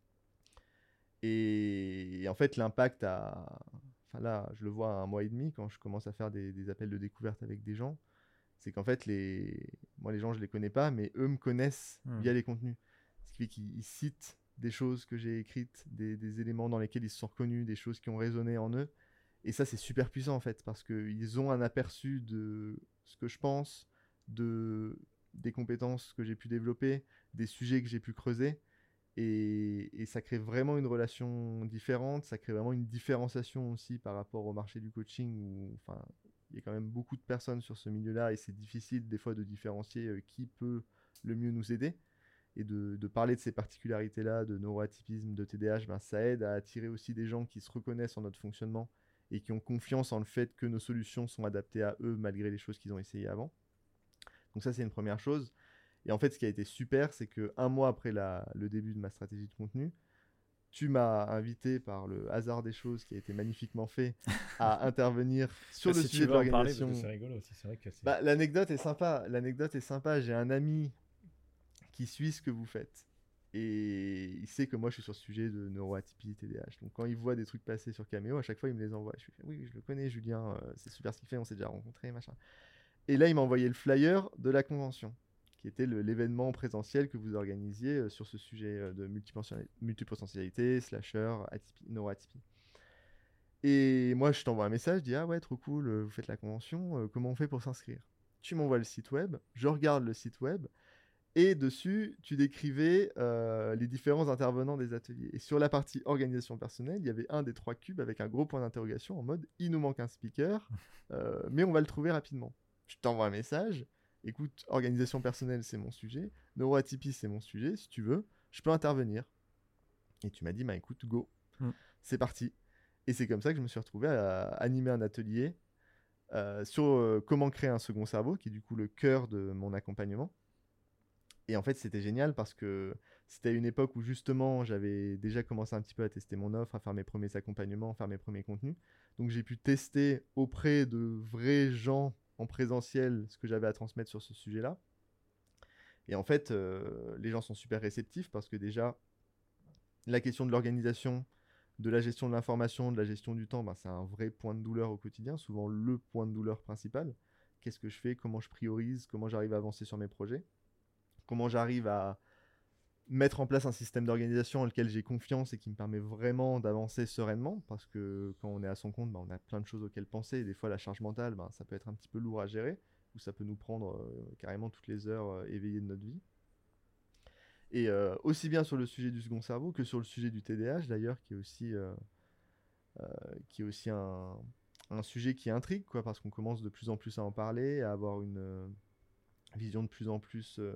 Et, et en fait, l'impact a... Enfin là, je le vois à un mois et demi quand je commence à faire des, des appels de découverte avec des gens. C'est qu'en fait, les... moi, les gens, je les connais pas, mais eux me connaissent Hmm. via les contenus. Ce qui fait qu'ils citent des choses que j'ai écrites, des, des éléments dans lesquels ils se sont reconnus, des choses qui ont résonné en eux. Et ça, c'est super puissant, en fait, parce qu'ils ont un aperçu de ce que je pense, de... des compétences que j'ai pu développer, des sujets que j'ai pu creuser. Et, et ça crée vraiment une relation différente, ça crée vraiment une différenciation aussi par rapport au marché du coaching où enfin, il y a quand même beaucoup de personnes sur ce milieu-là et c'est difficile des fois de différencier euh, qui peut le mieux nous aider. Et de, de parler de ces particularités-là, de neuroatypisme, de T D A H, ben, ça aide à attirer aussi des gens qui se reconnaissent en notre fonctionnement et qui ont confiance en le fait que nos solutions sont adaptées à eux malgré les choses qu'ils ont essayées avant. Donc ça, c'est une première chose. Et en fait, ce qui a été super, c'est que un mois après la, le début de ma stratégie de contenu, tu m'as invité par le hasard des choses qui a été magnifiquement fait à intervenir sur Bah, le si sujet tu de veux en parler, parce que l'organisation. c'est rigolo aussi. C'est vrai que c'est. Bah, l'anecdote est sympa. L'anecdote est sympa. J'ai un ami qui suit ce que vous faites. Et il sait que moi je suis sur ce sujet de neuroatypie, T D A H. Donc quand il voit des trucs passer sur Cameo, à chaque fois il me les envoie. Je fais oui, je le connais, Julien, euh, c'est super ce qu'il fait, on s'est déjà rencontrés, machin. Et là il m'a envoyé le flyer de la convention, qui était le- l'événement présentiel que vous organisiez euh, sur ce sujet euh, de multipoten- multipotentialité, slasher, atypie, neuroatypie. Et moi je t'envoie un message, je dis ah ouais trop cool, euh, vous faites la convention, euh, comment on fait pour s'inscrire? Tu m'envoies le site web, je regarde le site web, et dessus, tu décrivais euh, les différents intervenants des ateliers. Et sur la partie organisation personnelle, il y avait un des trois cubes avec un gros point d'interrogation en mode il nous manque un speaker, euh, mais on va le trouver rapidement. Je t'envoie un message. Écoute, organisation personnelle, c'est mon sujet. Neuroatypie, c'est mon sujet. Si tu veux, je peux intervenir. Et tu m'as dit, bah écoute, go. Hmm. C'est parti. Et c'est comme ça que je me suis retrouvé à animer un atelier euh, sur euh, comment créer un second cerveau, qui est du coup le cœur de mon accompagnement. Et en fait, c'était génial parce que c'était une époque où justement j'avais déjà commencé un petit peu à tester mon offre, à faire mes premiers accompagnements, faire mes premiers contenus. Donc j'ai pu tester auprès de vrais gens en présentiel ce que j'avais à transmettre sur ce sujet-là. Et en fait, euh, les gens sont super réceptifs parce que déjà, la question de l'organisation, de la gestion de l'information, de la gestion du temps, ben, c'est un vrai point de douleur au quotidien, souvent le point de douleur principal. Qu'est-ce que je fais? Comment je priorise? Comment j'arrive à avancer sur mes projets? Comment j'arrive à mettre en place un système d'organisation en lequel j'ai confiance et qui me permet vraiment d'avancer sereinement, parce que quand on est à son compte, bah, on a plein de choses auxquelles penser, et des fois la charge mentale, bah, ça peut être un petit peu lourd à gérer, ou ça peut nous prendre euh, carrément toutes les heures euh, éveillées de notre vie. Et euh, aussi bien sur le sujet du second cerveau que sur le sujet du T D A H d'ailleurs, qui est aussi, euh, euh, qui est aussi un, un sujet qui intrigue, quoi, parce qu'on commence de plus en plus à en parler, à avoir une euh, vision de plus en plus... Euh,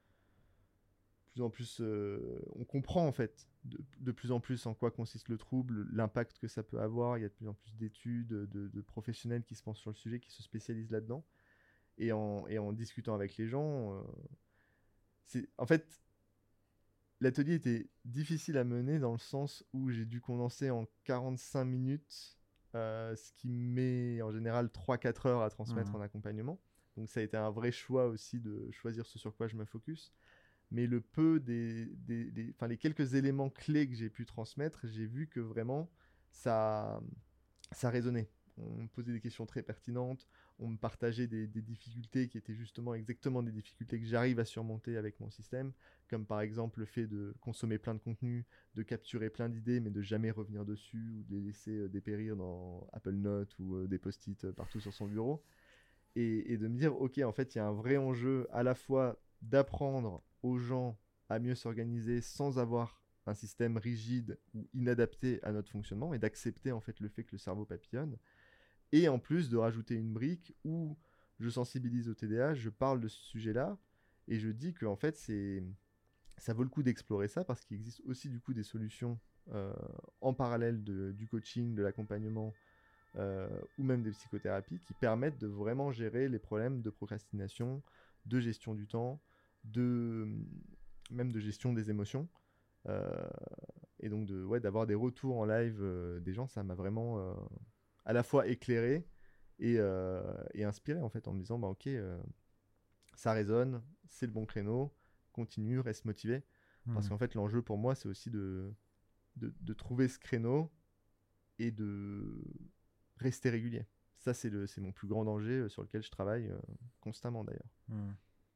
plus en plus, euh, on comprend en fait de, de, plus en plus en quoi consiste le trouble, l'impact que ça peut avoir. Il y a de plus en plus d'études, de, de professionnels qui se pensent sur le sujet, qui se spécialisent là-dedans. Et en, et en discutant avec les gens, euh, c'est en fait l'atelier était difficile à mener dans le sens où j'ai dû condenser en quarante-cinq minutes, euh, ce qui met en général trois quatre heures à transmettre Mmh. en accompagnement. Donc ça a été un vrai choix aussi de choisir ce sur quoi je me focus. Mais le peu des, des, des enfin, les quelques éléments clés que j'ai pu transmettre, j'ai vu que vraiment ça, ça résonnait. On me posait des questions très pertinentes, on me partageait des, des difficultés qui étaient justement exactement des difficultés que j'arrive à surmonter avec mon système, comme par exemple le fait de consommer plein de contenu, de capturer plein d'idées mais de jamais revenir dessus ou de les laisser euh, dépérir dans Apple Notes ou euh, des post-it euh, partout sur son bureau. Et, et de me dire, ok, en fait, il y a un vrai enjeu à la fois d'apprendre aux gens à mieux s'organiser sans avoir un système rigide ou inadapté à notre fonctionnement et d'accepter en fait le fait que le cerveau papillonne. Et en plus de rajouter une brique où je sensibilise au T D A H, je parle de ce sujet-là et je dis que en fait c'est ça vaut le coup d'explorer ça parce qu'il existe aussi du coup des solutions euh, en parallèle de, du coaching, de l'accompagnement euh, ou même des psychothérapies qui permettent de vraiment gérer les problèmes de procrastination, de gestion du temps, de même de gestion des émotions. Euh, et donc de, ouais, d'avoir des retours en live euh, des gens, ça m'a vraiment euh, à la fois éclairé et, euh, et inspiré en fait en me disant bah ok euh, ça résonne, c'est le bon créneau, continue, reste motivé. Parce Mmh. qu'en fait l'enjeu pour moi c'est aussi de de, de trouver ce créneau et de rester régulier. Ça, c'est, le, c'est mon plus grand danger euh, sur lequel je travaille euh, constamment d'ailleurs. Hmm.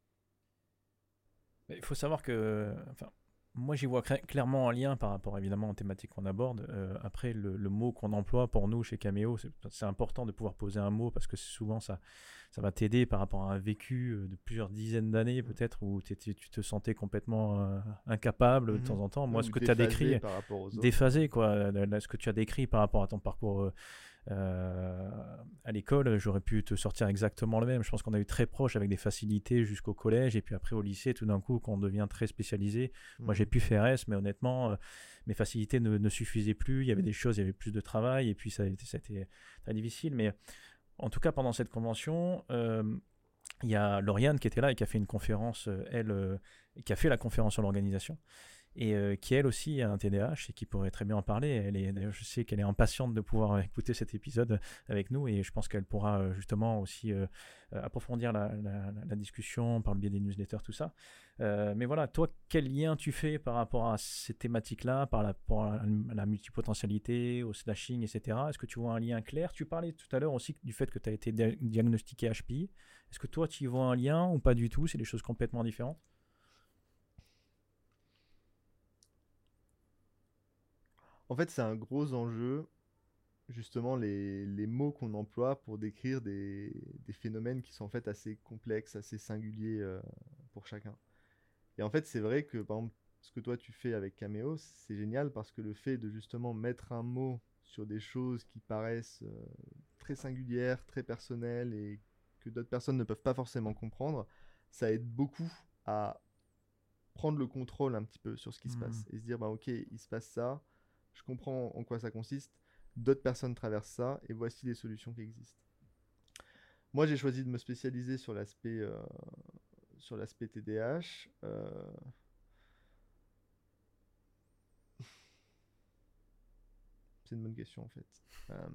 Il faut savoir que, enfin, moi j'y vois cra- clairement un lien par rapport évidemment aux thématiques qu'on aborde. Euh, après, le, le mot qu'on emploie pour nous chez Cameo, c'est, c'est important de pouvoir poser un mot parce que souvent ça, ça va t'aider par rapport à un vécu euh, de plusieurs dizaines d'années peut-être où t'étais- tu te sentais complètement euh, incapable de temps Mhm. en temps. Ouais, Moi, ou ce que tu as déphasé décrit, par rapport aux autres. déphasé, quoi, là, ce que tu as décrit par rapport à ton parcours euh, euh, à l'école, j'aurais pu te sortir exactement le même. Je pense qu'on a eu très proche avec des facilités jusqu'au collège et puis après au lycée, tout d'un coup, quand on devient très spécialisé. Moi, j'ai Mhm. pu faire S, mais honnêtement, euh, mes facilités ne, ne suffisaient plus. Il y avait des choses, il y avait plus de travail et puis ça a été, ça a été très difficile. Mais en tout cas, pendant cette convention, euh, il y a Lauriane qui était là et qui a fait une conférence, euh, elle, euh, qui a fait la conférence sur l'organisation et euh, qui elle aussi a un T D A H et qui pourrait très bien en parler. Elle est, d'ailleurs, je sais qu'elle est impatiente de pouvoir écouter cet épisode avec nous et je pense qu'elle pourra euh, justement aussi euh, approfondir la, la, la discussion par le biais des newsletters, tout ça. Euh, mais voilà, toi, quel lien tu fais par rapport à ces thématiques-là, par rapport à la, la multipotentialité, au slashing, et cetera. Est-ce que tu vois un lien clair? Tu parlais tout à l'heure aussi du fait que tu as été dia- diagnostiqué H P I. Est-ce que toi, tu y vois un lien ou pas du tout? C'est des choses complètement différentes? En fait, c'est un gros enjeu, justement, les, les mots qu'on emploie pour décrire des, des phénomènes qui sont en fait assez complexes, assez singuliers euh, pour chacun. Et en fait, c'est vrai que, par exemple, ce que toi tu fais avec Cameo, c'est génial parce que le fait de justement mettre un mot sur des choses qui paraissent euh, très singulières, très personnelles et que d'autres personnes ne peuvent pas forcément comprendre, ça aide beaucoup à prendre le contrôle un petit peu sur ce qui se Hmm. passe et se dire, bah ok, il se passe ça, je comprends en quoi ça consiste, d'autres personnes traversent ça et voici les solutions qui existent. Moi, j'ai choisi de me spécialiser sur l'aspect euh, sur l'aspect T D A H. Euh, c'est une bonne question en fait. Euh,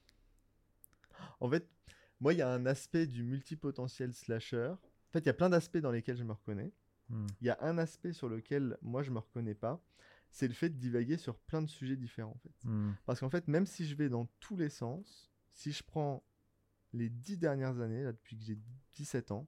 En fait, moi, il y a un aspect du multipotentiel slasher. En fait, il y a plein d'aspects dans lesquels je me reconnais. Hmm. Il y a un aspect sur lequel moi je me reconnais pas, c'est le fait de divaguer sur plein de sujets différents en fait. Hmm. Parce qu'en fait, même si je vais dans tous les sens, si je prends les dix dernières années, là, depuis que j'ai dix-sept ans,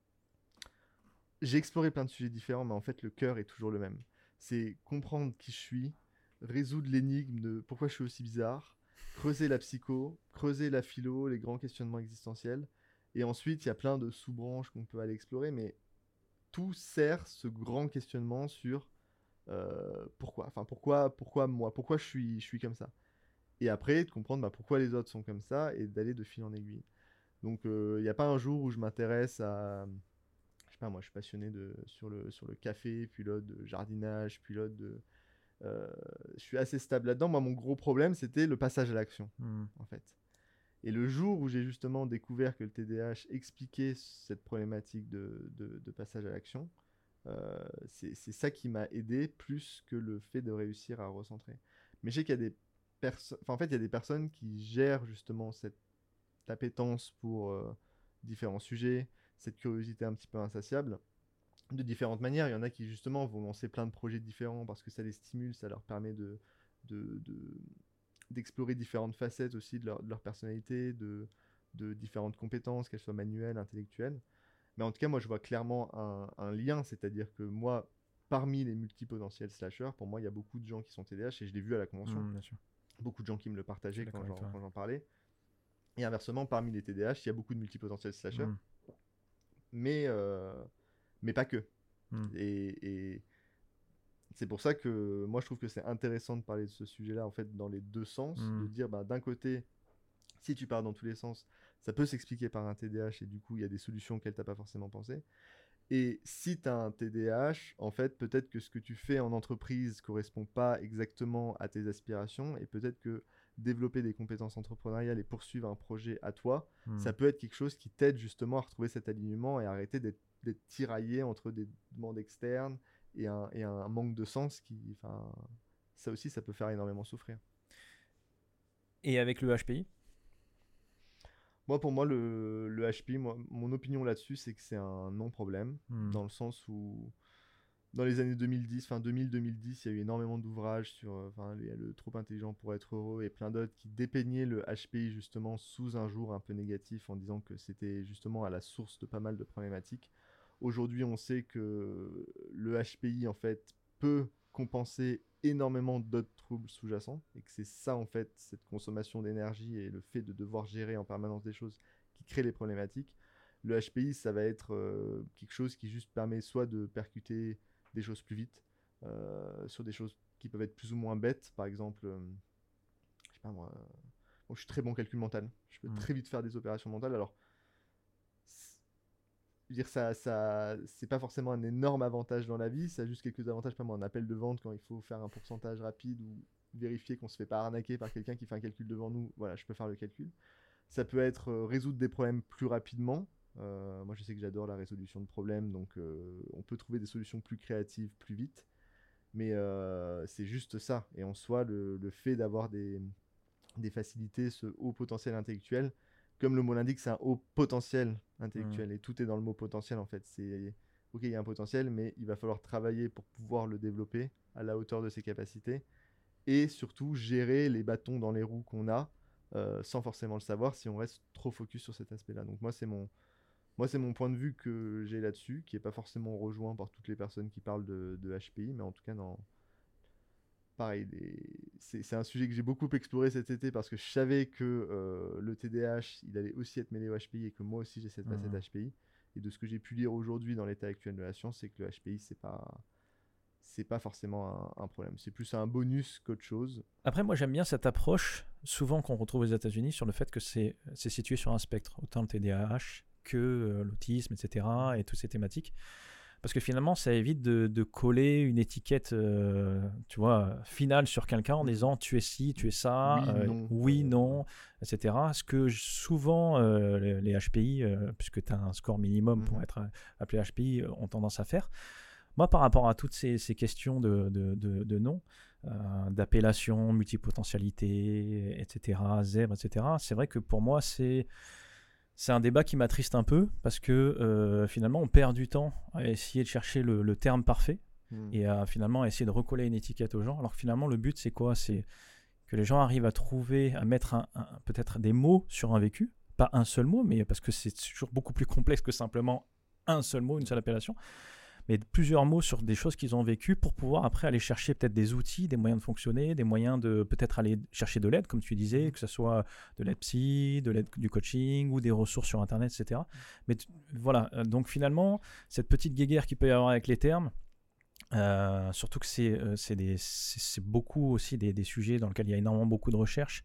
j'ai exploré plein de sujets différents, mais en fait, le cœur est toujours le même. C'est comprendre qui je suis, résoudre l'énigme de pourquoi je suis aussi bizarre, creuser la psycho, creuser la philo, les grands questionnements existentiels. Et ensuite, il y a plein de sous-branches qu'on peut aller explorer, mais tout sert ce grand questionnement sur euh, pourquoi, enfin pourquoi, pourquoi moi, pourquoi je suis, je suis comme ça. Et après, de comprendre bah, pourquoi les autres sont comme ça et d'aller de fil en aiguille. Donc, il euh, n'y a pas un jour où je m'intéresse à, je sais pas, moi, je suis passionné de, sur, le, sur le café, puis l'autre de jardinage, puis l'autre de, euh, je suis assez stable là-dedans. Moi, mon gros problème, c'était le passage à l'action, Hmm. en fait. Et le jour où j'ai justement découvert que le T D A H expliquait cette problématique de, de, de passage à l'action, euh, c'est c'est ça qui m'a aidé plus que le fait de réussir à recentrer. Mais je sais qu'il y a des personnes, enfin, en fait, il y a des personnes qui gèrent justement cette appétence pour euh, différents sujets, cette curiosité un petit peu insatiable de différentes manières. Il y en a qui justement vont lancer plein de projets différents parce que ça les stimule, ça leur permet de, de, de- d'explorer différentes facettes aussi de leur, de leur personnalité, de, de différentes compétences, qu'elles soient manuelles, intellectuelles. Mais en tout cas, moi, je vois clairement un, un lien, c'est-à-dire que moi, parmi les multipotentiels slashers, pour moi, il y a beaucoup de gens qui sont T D A H et je l'ai vu à la convention. Hmm, bien sûr. Beaucoup de gens qui me le Je suis partageaient d'accord quand avec j'en, toi. quand j'en parlais. Et inversement, parmi les T D A H, il y a beaucoup de multipotentiels slashers, Hmm. mais, euh, mais pas que. Hmm. Et, et c'est pour ça que moi je trouve que c'est intéressant de parler de ce sujet-là en fait dans les deux sens, Hmm. de dire bah, d'un côté, si tu pars dans tous les sens, ça peut s'expliquer par un T D A H et du coup il y a des solutions auxquelles tu n'as pas forcément pensé. Et si tu as un T D A H, en fait peut-être que ce que tu fais en entreprise correspond pas exactement à tes aspirations et peut-être que développer des compétences entrepreneuriales et poursuivre un projet à toi, Hmm. ça peut être quelque chose qui t'aide justement à retrouver cet alignement et arrêter d'être d'être tiraillé entre des demandes externes et un, et un manque de sens qui, enfin, ça aussi, ça peut faire énormément souffrir. Et avec le H P I? Moi, pour moi, le, le H P I, moi, mon opinion là-dessus, c'est que c'est un non-problème, Hmm. dans le sens où dans les années deux mille dix, enfin deux mille deux mille dix, il y a eu énormément d'ouvrages sur euh, enfin, les- le trop intelligent pour être heureux et plein d'autres qui dépeignaient le H P I justement sous un jour un peu négatif en disant que c'était justement à la source de pas mal de problématiques. Aujourd'hui, on sait que le H P I en fait peut compenser énormément d'autres troubles sous-jacents et que c'est ça en fait, cette consommation d'énergie et le fait de devoir gérer en permanence des choses qui créent les problématiques. Le H P I, ça va être euh, quelque chose qui juste permet soit de percuter des choses plus vite, euh, sur des choses qui peuvent être plus ou moins bêtes. Par exemple, euh, je sais pas moi, euh, bon, je suis très bon calcul mental. Je peux Mm. très vite faire des opérations mentales. Alors, je veux dire, ça, ça, c'est pas forcément un énorme avantage dans la vie. Ça a juste quelques avantages, pas moi, un appel de vente quand il faut faire un pourcentage rapide ou vérifier qu'on se fait pas arnaquer par quelqu'un qui fait un calcul devant nous. Voilà, je peux faire le calcul. Ça peut être euh, résoudre des problèmes plus rapidement. Euh, moi, je sais que j'adore la résolution de problèmes, donc euh, on peut trouver des solutions plus créatives plus vite. Mais euh, c'est juste ça. Et en soi, le, le fait d'avoir des, des facilités, ce haut potentiel intellectuel, comme le mot l'indique, c'est un haut potentiel Mm. intellectuel. Et tout est dans le mot potentiel, en fait. C'est, ok, il y a un potentiel, mais il va falloir travailler pour pouvoir le développer à la hauteur de ses capacités. Et surtout, gérer les bâtons dans les roues qu'on a, euh, sans forcément le savoir, si on reste trop focus sur cet aspect-là. Donc moi, c'est mon, moi, c'est mon point de vue que j'ai là-dessus, qui n'est pas forcément rejoint par toutes les personnes qui parlent de, de H P I, mais en tout cas, dans, pareil, des- c'est c'est un sujet que j'ai beaucoup exploré cet été parce que je savais que euh, le T D A H, il allait aussi être mêlé au H P I et que moi aussi j'ai cette facette Mm. H P I. Et de ce que j'ai pu lire aujourd'hui dans l'état actuel de la science, c'est que le H P I, c'est pas, c'est pas forcément un, un problème. C'est plus un bonus qu'autre chose. Après, moi, j'aime bien cette approche, souvent qu'on retrouve aux États-Unis, sur le fait que c'est c'est situé sur un spectre, autant le T D A H que euh, l'autisme, et cetera, et toutes ces thématiques. Parce que finalement, ça évite de, de coller une étiquette, euh, tu vois, finale sur quelqu'un en Mhm. disant tu es ci, tu es ça, Oui, euh, non. oui, euh, non, et cetera. Ce que je- souvent euh, les, les H P I, euh, puisque tu as un score minimum pour mhm. être euh, appelé H P I, euh, ont tendance à faire. Moi, par rapport à toutes ces, ces questions de, de, de, de noms, euh, d'appellation, multipotentialité, et cetera, zèbre, et cetera, c'est vrai que pour moi, c'est c'est un débat qui m'attriste un peu parce que euh, finalement on perd du temps à essayer de chercher le, le terme parfait Mhm. et à finalement essayer de recoller une étiquette aux gens. Alors que finalement le but c'est quoi? C'est que les gens arrivent à trouver, à mettre un- un- peut-être des mots sur un vécu, pas un seul mot, mais parce que c'est toujours beaucoup plus complexe que simplement un seul mot, une seule appellation, mais plusieurs mots sur des choses qu'ils ont vécues pour pouvoir après aller chercher peut-être des outils, des moyens de fonctionner, des moyens de peut-être aller chercher de l'aide, comme tu disais, Mhm. que ce soit de l'aide psy, de l'aide du coaching ou des ressources sur Internet, et cetera. Mais t- voilà, euh, donc finalement, cette petite guéguerre qu'il peut y avoir avec les termes, euh, surtout que c'est euh, c'est des- c'est- c'est beaucoup aussi des, des sujets dans lesquels il y a énormément beaucoup de recherches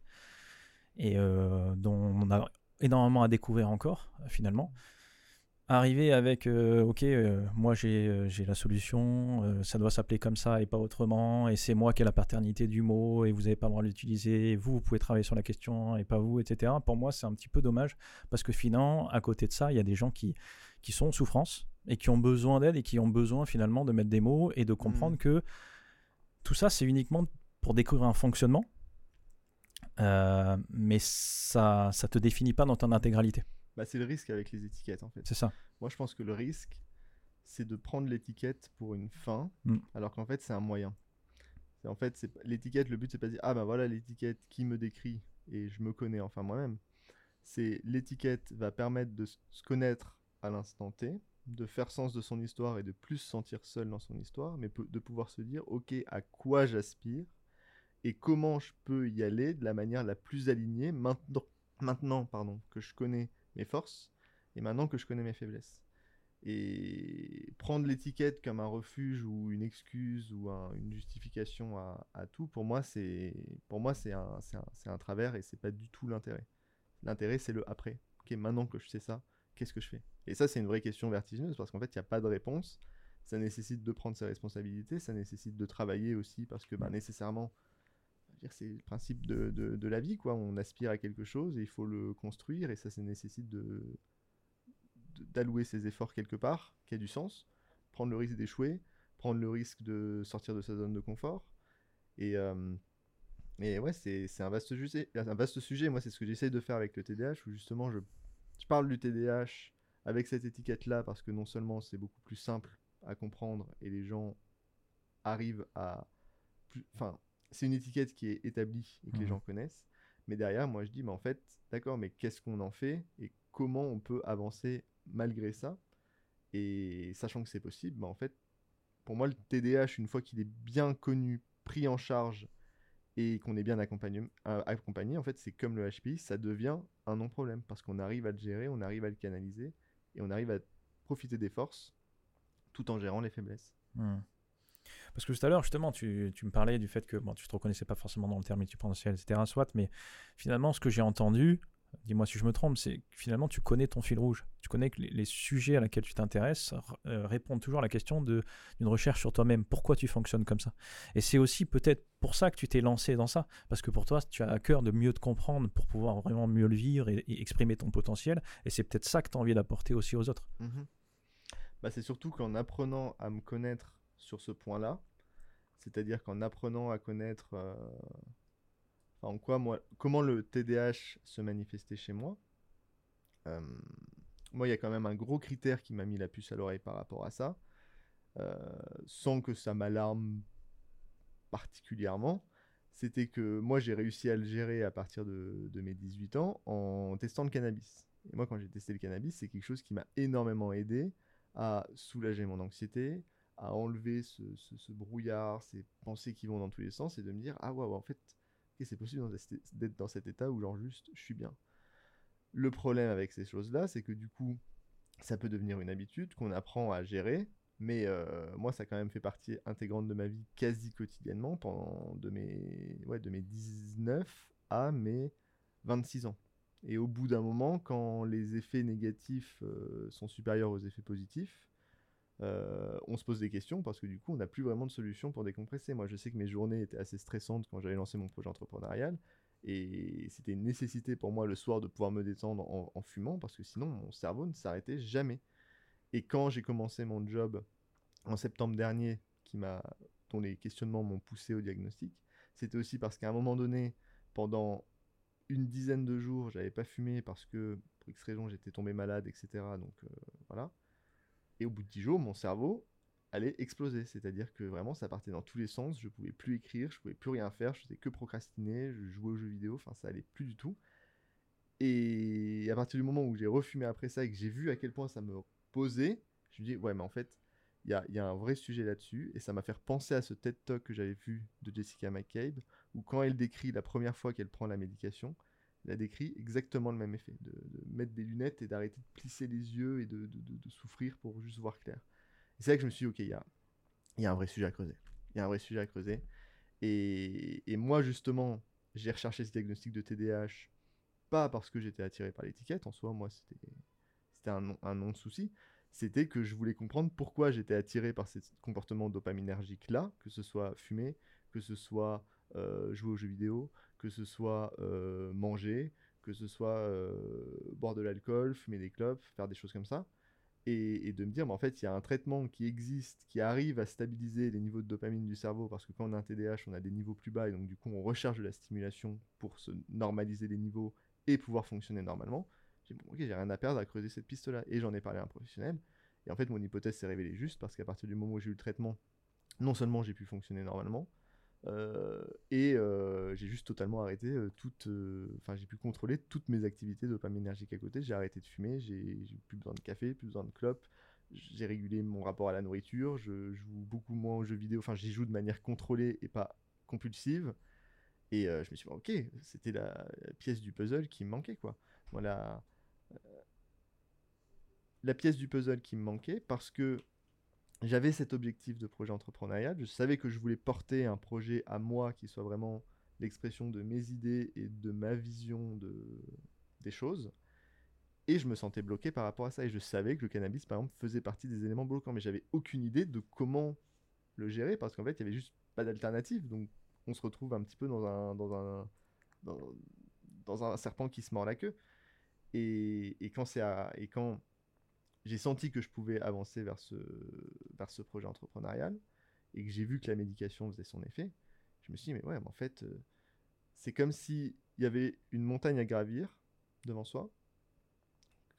et euh, dont on a énormément à découvrir encore, euh, finalement. Arriver avec euh, ok, euh, moi j'ai euh, j'ai la solution, euh, ça doit s'appeler comme ça et pas autrement, et c'est moi qui ai la paternité du mot et vous n'avez pas le droit de l'utiliser, et vous vous pouvez travailler sur la question et pas vous, et cetera. Pour moi c'est un petit peu dommage parce que finalement à côté de ça il y a des gens qui qui sont en souffrance et qui ont besoin d'aide et qui ont besoin finalement de mettre des mots et de Mhm. comprendre que tout ça c'est uniquement pour découvrir un fonctionnement, euh, mais ça ça te définit pas dans ton intégralité. Bah, c'est le risque avec les étiquettes en fait. C'est ça. Moi, je pense que le risque, c'est de prendre l'étiquette pour une fin, Mm. alors qu'en fait, c'est un moyen. C'est en fait, c'est l'étiquette. Le but, c'est pas de dire ah ben voilà l'étiquette qui me décrit et je me connais enfin moi-même. C'est l'étiquette va permettre de se connaître à l'instant T, de faire sens de son histoire et de plus se sentir seul dans son histoire, mais de pouvoir se dire ok à quoi j'aspire et comment je peux y aller de la manière la plus alignée maintenant, maintenant pardon, que je connais mes forces et maintenant que je connais mes faiblesses. Et prendre l'étiquette comme un refuge ou une excuse ou un- une justification à, à tout, pour moi, c'est pour moi c'est un, c'est un, c'est un travers et c'est pas du tout l'intérêt. L'intérêt, c'est le après. Ok, maintenant que je sais ça, qu'est-ce que je fais? Et ça, c'est une vraie question vertigineuse parce qu'en fait, il n'y a pas de réponse. Ça nécessite de prendre ses responsabilités, ça nécessite de travailler aussi parce que bah, nécessairement, c'est le principe de, de, de la vie, quoi. On aspire à quelque chose et il faut le construire et ça, ça nécessite de, d'allouer ses efforts quelque part, qui a du sens, prendre le risque d'échouer, prendre le risque de sortir de sa zone de confort. Et, euh, et ouais, c'est, c'est un vaste sujet. Un vaste sujet. Moi, c'est ce que j'essaye de faire avec le T D A H, où justement, je, je parle du T D A H avec cette étiquette-là, parce que non seulement c'est beaucoup plus simple à comprendre et les gens arrivent à... Enfin, c'est une étiquette qui est établie et que mmh. les gens connaissent. Mais derrière, moi, je dis, mais en fait, d'accord, mais qu'est-ce qu'on en fait et comment on peut avancer malgré ça? Et sachant que c'est possible, bah, en fait, pour moi, le T D A H, une fois qu'il est bien connu, pris en charge et qu'on est bien accompagné, euh, accompagné, en fait, c'est comme le H P I, ça devient un non-problème parce qu'on arrive à le gérer, on arrive à le canaliser et on arrive à profiter des forces tout en gérant les faiblesses. Mmh. Parce que tout à l'heure, justement, tu, tu me parlais du fait que bon, tu ne te reconnaissais pas forcément dans le terme multipotentiel, et cetera. Soit, mais finalement, ce que j'ai entendu, dis-moi si je me trompe, c'est que finalement, tu connais ton fil rouge. Tu connais que les, les sujets à laquelle tu t'intéresses euh, répondent toujours à la question de, d'une recherche sur toi-même. Pourquoi tu fonctionnes comme ça? Et c'est aussi peut-être pour ça que tu t'es lancé dans ça. Parce que pour toi, tu as à cœur de mieux te comprendre pour pouvoir vraiment mieux le vivre et, et exprimer ton potentiel. Et c'est peut-être ça que tu as envie d'apporter aussi aux autres. Mmh. Bah, c'est surtout qu'en apprenant à me connaître sur ce point-là, c'est-à-dire qu'en apprenant à connaître euh, enfin, en quoi moi, comment le T D A H se manifestait chez moi, euh, moi il y a quand même un gros critère qui m'a mis la puce à l'oreille par rapport à ça, euh, sans que ça m'alarme particulièrement, c'était que moi j'ai réussi à le gérer à partir de, de mes dix-huit ans en testant le cannabis. Et moi quand j'ai testé le cannabis, c'est quelque chose qui m'a énormément aidé à soulager mon anxiété, à enlever ce, ce, ce brouillard, ces pensées qui vont dans tous les sens et de me dire ah ouais, ouais en fait okay, c'est possible d'être dans cet état où genre juste je suis bien. Le problème avec ces choses-là, c'est que du coup ça peut devenir une habitude qu'on apprend à gérer. Mais euh, moi, ça a quand même fait partie intégrante de ma vie quasi quotidiennement pendant de mes, ouais, de mes dix-neuf à mes vingt-six ans. Et au bout d'un moment, quand les effets négatifs euh, sont supérieurs aux effets positifs, euh, on se pose des questions parce que du coup, on n'a plus vraiment de solution pour décompresser. Moi, je sais que mes journées étaient assez stressantes quand j'avais lancé mon projet entrepreneurial. Et c'était une nécessité pour moi le soir de pouvoir me détendre en, en fumant parce que sinon, mon cerveau ne s'arrêtait jamais. Et quand j'ai commencé mon job en septembre dernier, qui m'a, dont les questionnements m'ont poussé au diagnostic, c'était aussi parce qu'à un moment donné, pendant une dizaine de jours, j'avais pas fumé parce que, pour X raison, j'étais tombé malade, et cetera. Donc euh, voilà. Et au bout de dix jours, mon cerveau allait exploser. C'est-à-dire que vraiment, ça partait dans tous les sens. Je pouvais plus écrire, je pouvais plus rien faire, je faisais que procrastiner, je jouais aux jeux vidéo, enfin, ça allait plus du tout. Et à partir du moment où j'ai refumé après ça et que j'ai vu à quel point ça me posait, je me dis, ouais, mais en fait, il y a, y a un vrai sujet là-dessus. Et ça m'a fait penser à ce TED Talk que j'avais vu de Jessica McCabe, où quand elle décrit la première fois qu'elle prend la médication, elle a décrit exactement le même effet, de, de mettre des lunettes et d'arrêter de plisser les yeux et de, de, de, de souffrir pour juste voir clair. Et c'est là que je me suis dit, ok, il y a, y a un vrai sujet à creuser. Il y a un vrai sujet à creuser. Et, et moi, justement, j'ai recherché ce diagnostic de T D A H pas parce que j'étais attiré par l'étiquette, en soi, moi, c'était, c'était un, non, un non-souci. C'était que je voulais comprendre pourquoi j'étais attiré par ces comportements dopaminergiques-là, que ce soit fumer, que ce soit euh, jouer aux jeux vidéo, que ce soit euh, manger, que ce soit euh, boire de l'alcool, fumer des clopes, faire des choses comme ça. Et, et de me dire, mais en fait, il y a un traitement qui existe, qui arrive à stabiliser les niveaux de dopamine du cerveau, parce que quand on a un T D A H, on a des niveaux plus bas, et donc du coup, on recherche de la stimulation pour se normaliser les niveaux et pouvoir fonctionner normalement. J'ai dit, bon, ok, j'ai rien à perdre à creuser cette piste-là. Et j'en ai parlé à un professionnel. Et en fait, mon hypothèse s'est révélée juste, parce qu'à partir du moment où j'ai eu le traitement, non seulement j'ai pu fonctionner normalement, euh, et euh, j'ai juste totalement arrêté euh, toute. Enfin, euh, j'ai pu contrôler toutes mes activités dopaminergiques à côté. J'ai arrêté de fumer, j'ai, j'ai plus besoin de café, plus besoin de clopes. J'ai régulé mon rapport à la nourriture. Je joue beaucoup moins aux jeux vidéo. Enfin, j'y joue de manière contrôlée et pas compulsive. Et euh, je me suis dit, ok, c'était la, la pièce du puzzle qui me manquait, quoi. Voilà. La pièce du puzzle qui me manquait parce que j'avais cet objectif de projet entrepreneurial. Je savais que je voulais porter un projet à moi qui soit vraiment l'expression de mes idées et de ma vision de... des choses. Et je me sentais bloqué par rapport à ça. Et je savais que le cannabis, par exemple, faisait partie des éléments bloquants. Mais j'avais aucune idée de comment le gérer parce qu'en fait, il n'y avait juste pas d'alternative. Donc, on se retrouve un petit peu dans un, dans un, dans, dans un serpent qui se mord la queue. Et, et quand c'est à, et quand j'ai senti que je pouvais avancer vers ce, vers ce projet entrepreneurial et que j'ai vu que la médication faisait son effet, je me suis dit, mais ouais, mais en fait, euh, c'est comme s'il y avait une montagne à gravir devant soi,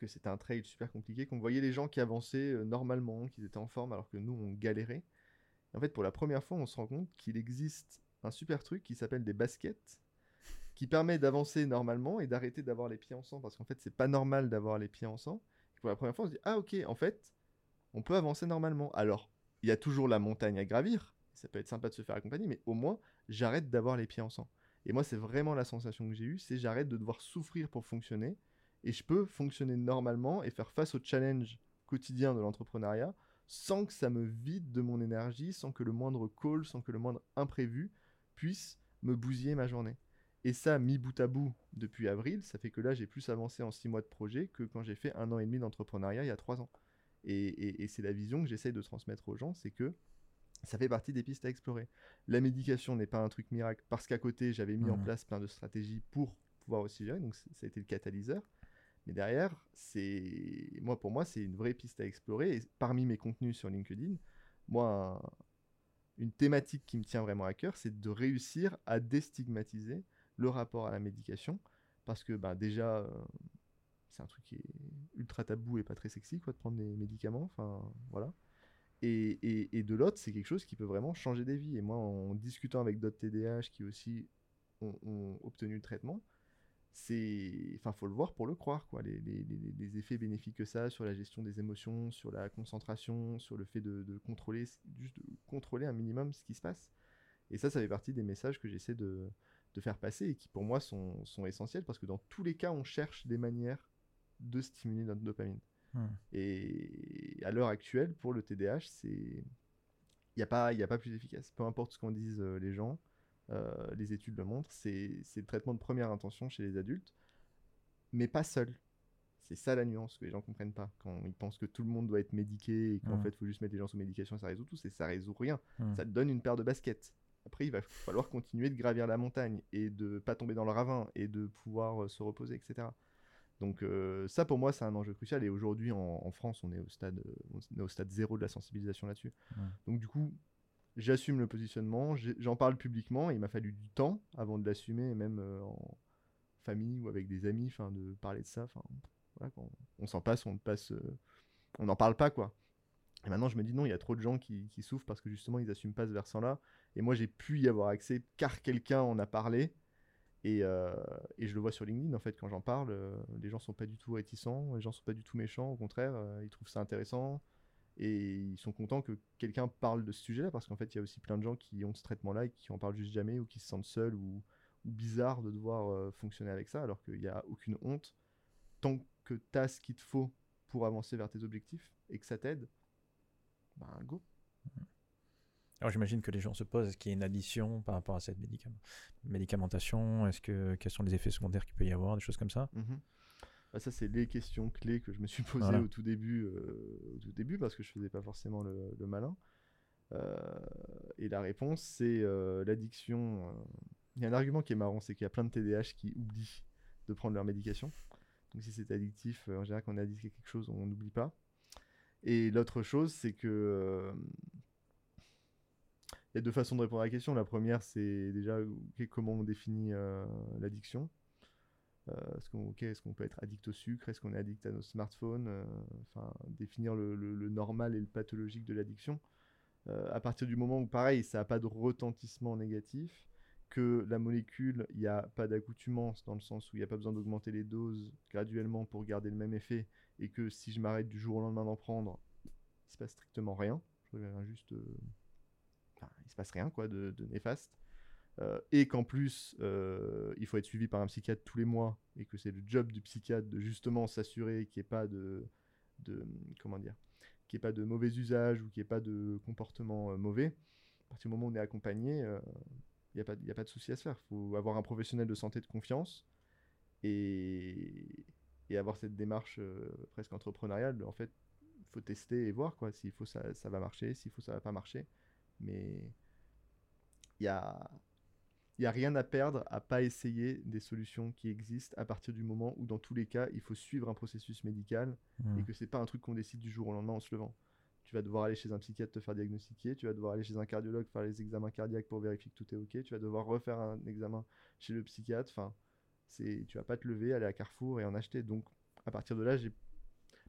que c'était un trail super compliqué, qu'on voyait les gens qui avançaient euh, normalement, qu'ils étaient en forme, alors que nous, on galérait. Et en fait, pour la première fois, on se rend compte qu'il existe un super truc qui s'appelle des baskets, qui permet d'avancer normalement et d'arrêter d'avoir les pieds en sang, parce qu'en fait, c'est pas normal d'avoir les pieds en sang. Et pour la première fois, on se dit, ah ok, en fait, on peut avancer normalement. Alors, il y a toujours la montagne à gravir, ça peut être sympa de se faire accompagner, mais au moins, j'arrête d'avoir les pieds en sang. Et moi, c'est vraiment la sensation que j'ai eue, c'est j'arrête de devoir souffrir pour fonctionner, et je peux fonctionner normalement et faire face au challenge quotidien de l'entrepreneuriat sans que ça me vide de mon énergie, sans que le moindre call, sans que le moindre imprévu puisse me bousiller ma journée. Et ça, mis bout à bout depuis avril, ça fait que là, j'ai plus avancé en six mois de projet que quand j'ai fait un an et demi d'entrepreneuriat il y a trois ans. Et, et, et c'est la vision que j'essaye de transmettre aux gens, c'est que ça fait partie des pistes à explorer. La médication n'est pas un truc miracle, parce qu'à côté, j'avais mis mmh. en place plein de stratégies pour pouvoir aussi gérer, donc ça a été le catalyseur. Mais derrière, c'est moi, pour moi, c'est une vraie piste à explorer. Et parmi mes contenus sur LinkedIn, moi, un... une thématique qui me tient vraiment à cœur, c'est de réussir à déstigmatiser le rapport à la médication, parce que bah, déjà, euh, c'est un truc qui est ultra tabou et pas très sexy, quoi, de prendre des médicaments. Enfin, voilà. Et, et, et de l'autre, c'est quelque chose qui peut vraiment changer des vies. Et moi, en discutant avec d'autres T D A H qui aussi ont, ont obtenu le traitement, c'est, enfin, faut le voir pour le croire, quoi. Les, les, les, les effets bénéfiques que ça a sur la gestion des émotions, sur la concentration, sur le fait de, de contrôler, juste de contrôler un minimum ce qui se passe. Et ça, ça fait partie des messages que j'essaie de, de faire passer et qui, pour moi, sont, sont essentiels parce que dans tous les cas, on cherche des manières de stimuler notre dopamine. Mmh. Et à l'heure actuelle, pour le T D A H, c'est, il n'y a pas, il y a pas plus efficace. Peu importe ce qu'en disent euh, les gens. Euh, les études le montrent, c'est, c'est le traitement de première intention chez les adultes, mais pas seul. C'est ça la nuance que les gens ne comprennent pas. Quand ils pensent que tout le monde doit être médiqué et qu'en mmh. fait, il faut juste mettre les gens sous médication et ça résout tout, c'est ça résout rien. Mmh. Ça te donne une paire de baskets. Après, il va falloir continuer de gravir la montagne et de ne pas tomber dans le ravin et de pouvoir euh, se reposer, et cetera. Donc euh, ça, pour moi, c'est un enjeu crucial. Et aujourd'hui, en, en France, on est, au stade, on est au stade zéro de la sensibilisation là-dessus. Mmh. Donc du coup, j'assume le positionnement, j'en parle publiquement, et il m'a fallu du temps avant de l'assumer, et même euh, en famille ou avec des amis, de parler de ça. Voilà, quand on s'en passe, on passe, euh, on n'en parle pas, quoi. Et maintenant, je me dis non, il y a trop de gens qui, qui souffrent parce que justement, ils n'assument pas ce versant-là. Et moi, j'ai pu y avoir accès car quelqu'un en a parlé. Et, euh, et je le vois sur LinkedIn, en fait, quand j'en parle, euh, les gens sont pas du tout réticents, les gens sont pas du tout méchants, au contraire, euh, ils trouvent ça intéressant. Et ils sont contents que quelqu'un parle de ce sujet-là, parce qu'en fait, il y a aussi plein de gens qui ont ce traitement-là et qui en parlent juste jamais, ou qui se sentent seuls, ou, ou bizarre de devoir euh, fonctionner avec ça, alors qu'il n'y a aucune honte. Tant que tu as ce qu'il te faut pour avancer vers tes objectifs, et que ça t'aide, ben go. Alors j'imagine que les gens se posent, est-ce qu'il y a une addition par rapport à cette médicament- médicamentation? Est-ce que, quels sont les effets secondaires qu'il peut y avoir, des choses comme ça? Mm-hmm. Bah ça, c'est les questions clés que je me suis posées voilà. au tout début, euh, au tout début, parce que je faisais pas forcément le, le malin. Euh, et la réponse, c'est euh, l'addiction. Euh... Il y a un argument qui est marrant, c'est qu'il y a plein de T D A H qui oublient de prendre leur médication. Donc si c'est addictif, euh, en général, quand on est addict à quelque chose, on n'oublie pas. Et l'autre chose, c'est que... Euh... il y a deux façons de répondre à la question. La première, c'est déjà okay, comment on définit euh, l'addiction. Euh, est-ce qu'on okay, est-ce qu'on peut être addict au sucre? Est-ce qu'on est addict à nos smartphones? Enfin, euh, définir le, le, le normal et le pathologique de l'addiction. Euh, à partir du moment où, pareil, ça n'a pas de retentissement négatif, que la molécule, il n'y a pas d'accoutumance dans le sens où il n'y a pas besoin d'augmenter les doses graduellement pour garder le même effet, et que si je m'arrête du jour au lendemain d'en prendre, il ne se passe strictement rien. Je reviens juste... Euh... Enfin, il ne se passe rien quoi, de, de néfaste. Euh, et qu'en plus, euh, il faut être suivi par un psychiatre tous les mois, et que c'est le job du psychiatre de justement s'assurer qu'il n'y ait pas de, de, comment dire, qu'il n'y ait pas de mauvais usage ou qu'il n'y ait pas de comportement euh, mauvais. À partir du moment où on est accompagné, il euh, n'y a, a pas de souci à se faire. Il faut avoir un professionnel de santé de confiance et, et avoir cette démarche euh, presque entrepreneuriale. En fait, il faut tester et voir quoi. S'il faut, ça, ça va marcher. S'il faut, ça va pas marcher. Mais il y a... il n'y a rien à perdre à pas essayer des solutions qui existent à partir du moment où, dans tous les cas, il faut suivre un processus médical mmh. et que c'est pas un truc qu'on décide du jour au lendemain en se levant. Tu vas devoir aller chez un psychiatre te faire diagnostiquer, tu vas devoir aller chez un cardiologue faire les examens cardiaques pour vérifier que tout est ok, tu vas devoir refaire un examen chez le psychiatre. Enfin, c'est, tu vas pas te lever, aller à Carrefour et en acheter. Donc, à partir de là, j'ai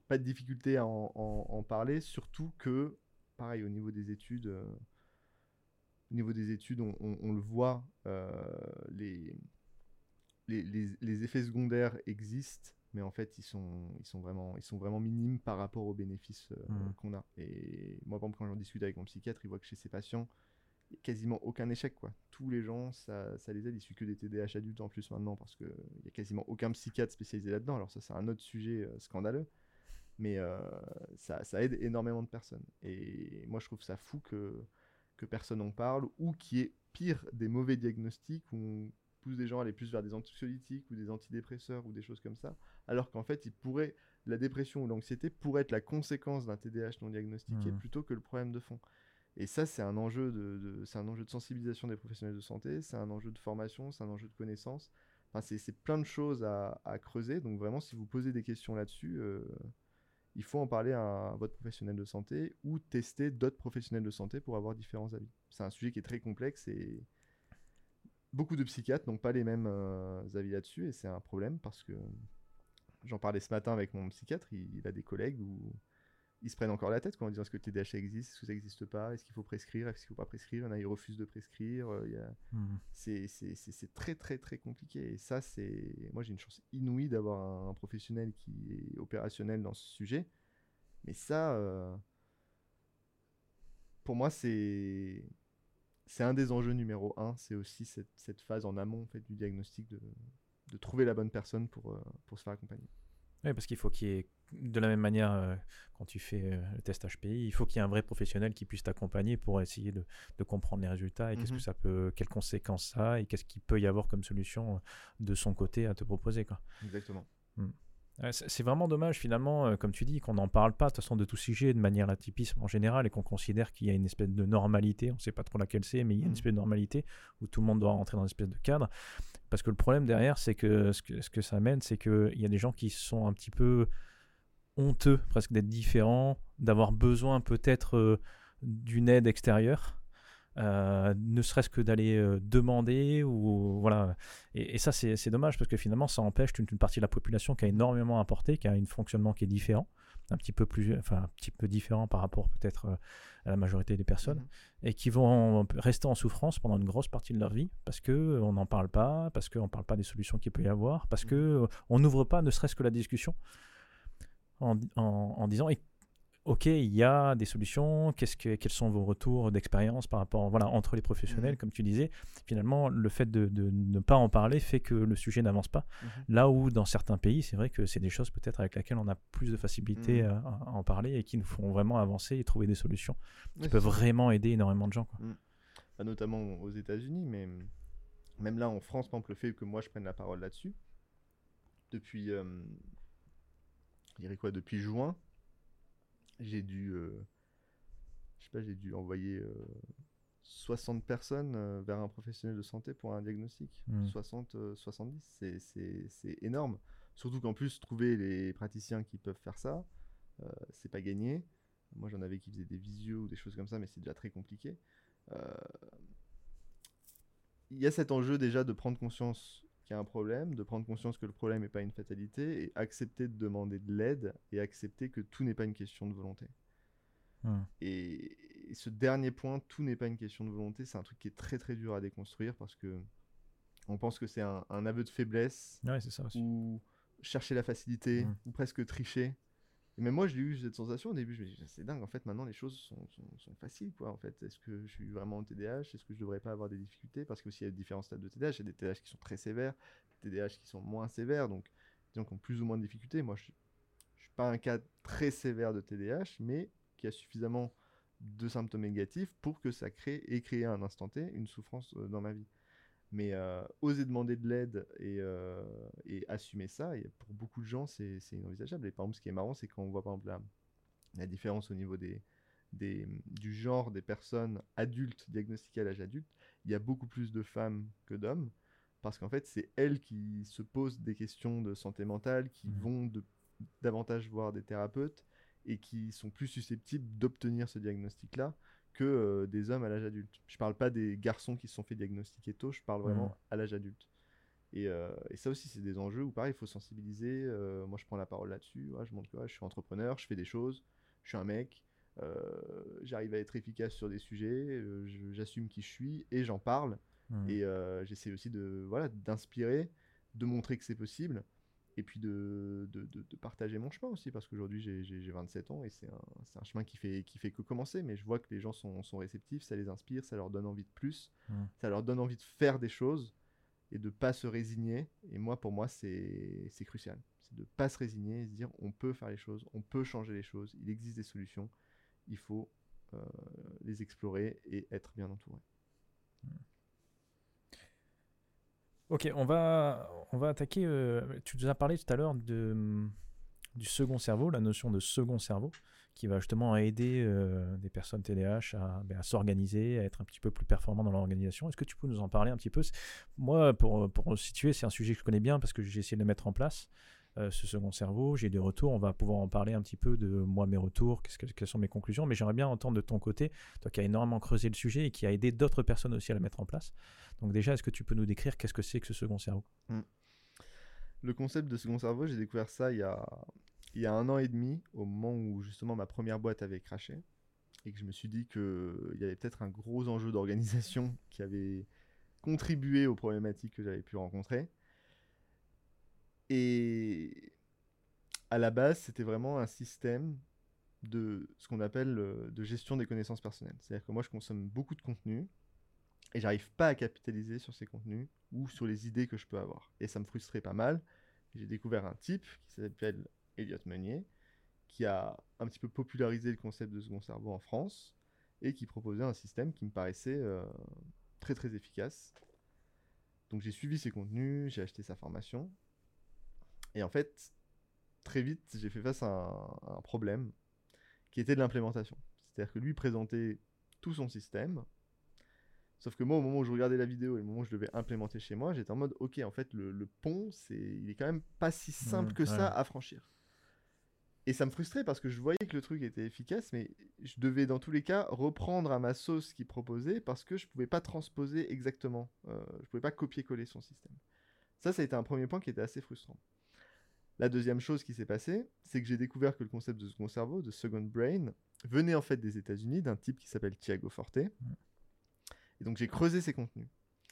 pas de difficulté à en, en- en parler, surtout que, pareil, au niveau des études, euh, au niveau des études, on, on- on le voit, euh, les, les, les- les effets secondaires existent, mais en fait, ils sont, ils sont vraiment, ils sont vraiment minimes par rapport aux bénéfices euh, Mhm. qu'on a. Et moi, par exemple, quand j'en discute avec mon psychiatre, il voit que chez ses patients, il n'y a quasiment aucun échec, quoi. Tous les gens, ça, ça les aide. Il suit que des T D A H adultes en plus maintenant, parce qu'il n'y a quasiment aucun psychiatre spécialisé là-dedans. Alors ça, c'est un autre sujet euh, scandaleux. Mais euh, ça, ça aide énormément de personnes. Et moi, je trouve ça fou que, que personne en parle, ou qui est pire des mauvais diagnostics, où on pousse des gens à aller plus vers des anxiolytiques ou des antidépresseurs ou des choses comme ça, alors qu'en fait, ils pourraient, la dépression ou l'anxiété pourrait être la conséquence d'un T D A H non diagnostiqué Mhm. plutôt que le problème de fond. Et ça, c'est un enjeu de, de- c'est un enjeu de sensibilisation des professionnels de santé, c'est un enjeu de formation, c'est un enjeu de connaissance. Enfin, c'est c'est plein de choses à, à creuser. Donc vraiment, si vous posez des questions là-dessus, euh, il faut en parler à votre professionnel de santé ou tester d'autres professionnels de santé pour avoir différents avis. C'est un sujet qui est très complexe et beaucoup de psychiatres n'ont pas les mêmes euh, avis là-dessus et c'est un problème parce que j'en parlais ce matin avec mon psychiatre, il, il a des collègues où ils se prennent encore la tête quand on dit est-ce que le T D A H existe, est-ce que ça n'existe pas, est-ce qu'il faut prescrire, est-ce qu'il ne faut pas prescrire, il y en a ils refusent de prescrire, euh, il y a- Mhm. c'est, c'est, c'est, c'est très très très compliqué et ça c'est, moi j'ai une chance inouïe d'avoir un, un professionnel qui est opérationnel dans ce sujet, mais ça, euh, pour moi c'est c'est un des enjeux numéro un, c'est aussi cette, cette phase en amont en fait, du diagnostic de, de trouver la bonne personne pour, euh, pour se faire accompagner. Oui, parce qu'il faut qu'il y ait, de la même manière, euh, quand tu fais euh, le test H P I, il faut qu'il y ait un vrai professionnel qui puisse t'accompagner pour essayer de, de comprendre les résultats et qu'est-ce que Mhm. ça peut, quelles conséquences ça a et qu'est-ce qu'il peut y avoir comme solution euh, de son côté à te proposer, quoi. Exactement. Mm. Ouais, c'est c'est vraiment dommage finalement, euh, comme tu dis, qu'on n'en parle pas de toute façon de tout sujet de manière l'atypisme en général et qu'on considère qu'il y a une espèce de normalité, on ne sait pas trop laquelle c'est, mais il y a une Mhm. espèce de normalité où tout le monde doit rentrer dans une espèce de cadre. Parce que le problème derrière, c'est que ce que, ce que ça amène, c'est qu'il y a des gens qui sont un petit peu honteux presque d'être différents, d'avoir besoin peut-être euh, d'une aide extérieure. Euh, ne serait-ce que d'aller euh, demander ou voilà et, et ça c'est, c'est dommage parce que finalement ça empêche toute une partie de la population qui a Mhm. énormément apporté, qui a un fonctionnement qui est différent, un petit peu plus enfin un petit peu différent par rapport peut-être euh, à la majorité des personnes Mhm. et qui vont rester en souffrance pendant une grosse partie de leur vie parce que euh, on n'en parle pas, parce qu'on parle pas des solutions qu'il peut y avoir, parce que Mhm. euh, on n'ouvre pas ne serait-ce que la discussion en, en, en disant ok, il y a des solutions, qu'est-ce que, quels sont vos retours d'expérience par rapport, voilà, entre les professionnels, Mhm. comme tu disais. Finalement, le fait de, de ne pas en parler fait que le sujet n'avance pas. Mhm. Là où, dans certains pays, c'est vrai que c'est des choses peut-être avec lesquelles on a plus de facilité Mhm. à, à en parler et qui nous font vraiment avancer et trouver des solutions qui Ouais, c'est peuvent sûr. vraiment aider énormément de gens, quoi. Mhm. Bah, notamment aux États-Unis, mais même là en France, par exemple, le fait que moi je prenne la parole là-dessus, depuis, euh, je dirais quoi, depuis juin, j'ai dû, euh, je sais pas, j'ai dû envoyer euh, soixante personnes euh, vers un professionnel de santé pour un diagnostic. Mm. soixante, euh, soixante-dix, c'est, c'est, c'est énorme. Surtout qu'en plus, trouver les praticiens qui peuvent faire ça, euh, c'est pas gagné. Moi, j'en avais qui faisaient des visios ou des choses comme ça, mais c'est déjà très compliqué. Euh, Il y a cet enjeu déjà de prendre conscience qu'il y a un problème, de prendre conscience que le problème n'est pas une fatalité, et accepter de demander de l'aide, et accepter que tout n'est pas une question de volonté. Mm. Et, et ce dernier point, tout n'est pas une question de volonté, c'est un truc qui est très très dur à déconstruire parce que on pense que c'est un, un aveu de faiblesse, Ouais, c'est ça aussi. ou chercher la facilité, Mm. ou presque tricher. Et même moi, j'ai eu cette sensation au début. Je me dis, c'est dingue. En fait, maintenant, les choses sont, sont, sont faciles, quoi. En fait, est-ce que je suis vraiment en T D A H? Est-ce que je devrais pas avoir des difficultés? Parce qu'il y a différents stades de T D A H. Il y a des T D A H qui sont très sévères, des T D A H qui sont moins sévères. Donc, des gens qui ont plus ou moins de difficultés. Moi, je, je suis pas un cas très sévère de T D A H, mais qui a suffisamment de symptômes négatifs pour que ça crée et créer à un instant T une souffrance euh, dans ma vie. Mais euh, oser demander de l'aide et, euh, et assumer ça, et pour beaucoup de gens, c'est c'est inenvisageable. Et par exemple, ce qui est marrant, c'est quand on voit par exemple la, la différence au niveau des, des, du genre des personnes adultes diagnostiquées à l'âge adulte, il y a beaucoup plus de femmes que d'hommes, parce qu'en fait, c'est elles qui se posent des questions de santé mentale, qui Mm. vont de, davantage voir des thérapeutes, et qui sont plus susceptibles d'obtenir ce diagnostic-là que euh, des hommes à l'âge adulte. Je parle pas des garçons qui se sont fait diagnostiquer tôt, je parle Mm. vraiment à l'âge adulte. Et, euh, et ça aussi, c'est des enjeux où, pareil, il faut sensibiliser. Euh, moi, je prends la parole là-dessus. Ouais, je montre que ouais, je suis entrepreneur, je fais des choses, je suis un mec, euh, j'arrive à être efficace sur des sujets, euh, je- j'assume qui je suis et j'en parle. Hmm. Et euh, j'essaie aussi de, voilà, d'inspirer, de montrer que c'est possible. Et puis de, de, de- de partager mon chemin aussi, parce qu'aujourd'hui j'ai, j'ai, j'ai vingt-sept ans et c'est un, c'est un chemin qui fait, qui fait que commencer. Mais je vois que les gens sont, sont réceptifs, ça les inspire, ça leur donne envie de plus, Hmm. ça leur donne envie de faire des choses et de pas se résigner. Et moi, pour moi, c'est, c'est crucial. C'est de pas se résigner et se dire on peut faire les choses, on peut changer les choses, il existe des solutions, il faut euh, les explorer et être bien entouré. Ok, on va, on va attaquer. euh, tu nous as parlé tout à l'heure de, du second cerveau, la notion de second cerveau, qui va justement aider euh, des personnes T D A H à, ben, à s'organiser, à être un petit peu plus performants dans leur organisation. Est-ce que tu peux nous en parler un petit peu? Moi, pour, pour situer, c'est un sujet que je connais bien parce que j'ai essayé de le mettre en place. Euh, ce second cerveau, j'ai des retours, on va pouvoir en parler un petit peu de moi, mes retours, qu'est-ce que, quelles sont mes conclusions, mais j'aimerais bien entendre de ton côté, toi qui as énormément creusé le sujet et qui a aidé d'autres personnes aussi à le mettre en place. Donc déjà, est-ce que tu peux nous décrire qu'est-ce que c'est que ce second cerveau? Mm. Le concept de second cerveau, j'ai découvert ça il y a, il y a un an et demi, au moment où justement ma première boîte avait craché, et que je me suis dit qu'il y avait peut-être un gros enjeu d'organisation qui avait contribué aux problématiques que j'avais pu rencontrer. Et à la base, c'était vraiment un système de ce qu'on appelle euh, de gestion des connaissances personnelles. C'est-à-dire que moi, je consomme beaucoup de contenu et j'arrive pas à capitaliser sur ces contenus ou sur les idées que je peux avoir. Et ça me frustrait pas mal. J'ai découvert un type qui s'appelle Elliot Meunier, qui a un petit peu popularisé le concept de second cerveau en France et qui proposait un système qui me paraissait euh, très très efficace. Donc j'ai suivi ses contenus, j'ai acheté sa formation. Et en fait, très vite, j'ai fait face à un, à un problème qui était de l'implémentation. C'est-à-dire que lui présentait tout son système, sauf que moi, au moment où je regardais la vidéo et au moment où je devais implémenter chez moi, j'étais en mode, ok, en fait, le, le pont, c'est, il est quand même pas si simple Mmh, que ça ouais. à franchir. Et ça me frustrait parce que je voyais que le truc était efficace, mais je devais dans tous les cas reprendre à ma sauce ce qu'il proposait parce que je pouvais pas transposer exactement, euh, je pouvais pas copier-coller son système. Ça, ça a été un premier point qui était assez frustrant. La deuxième chose qui s'est passée, c'est que j'ai découvert que le concept de second cerveau, de second brain, venait en fait des États-Unis, d'un type qui s'appelle Tiago Forte. Et donc j'ai creusé ses contenus.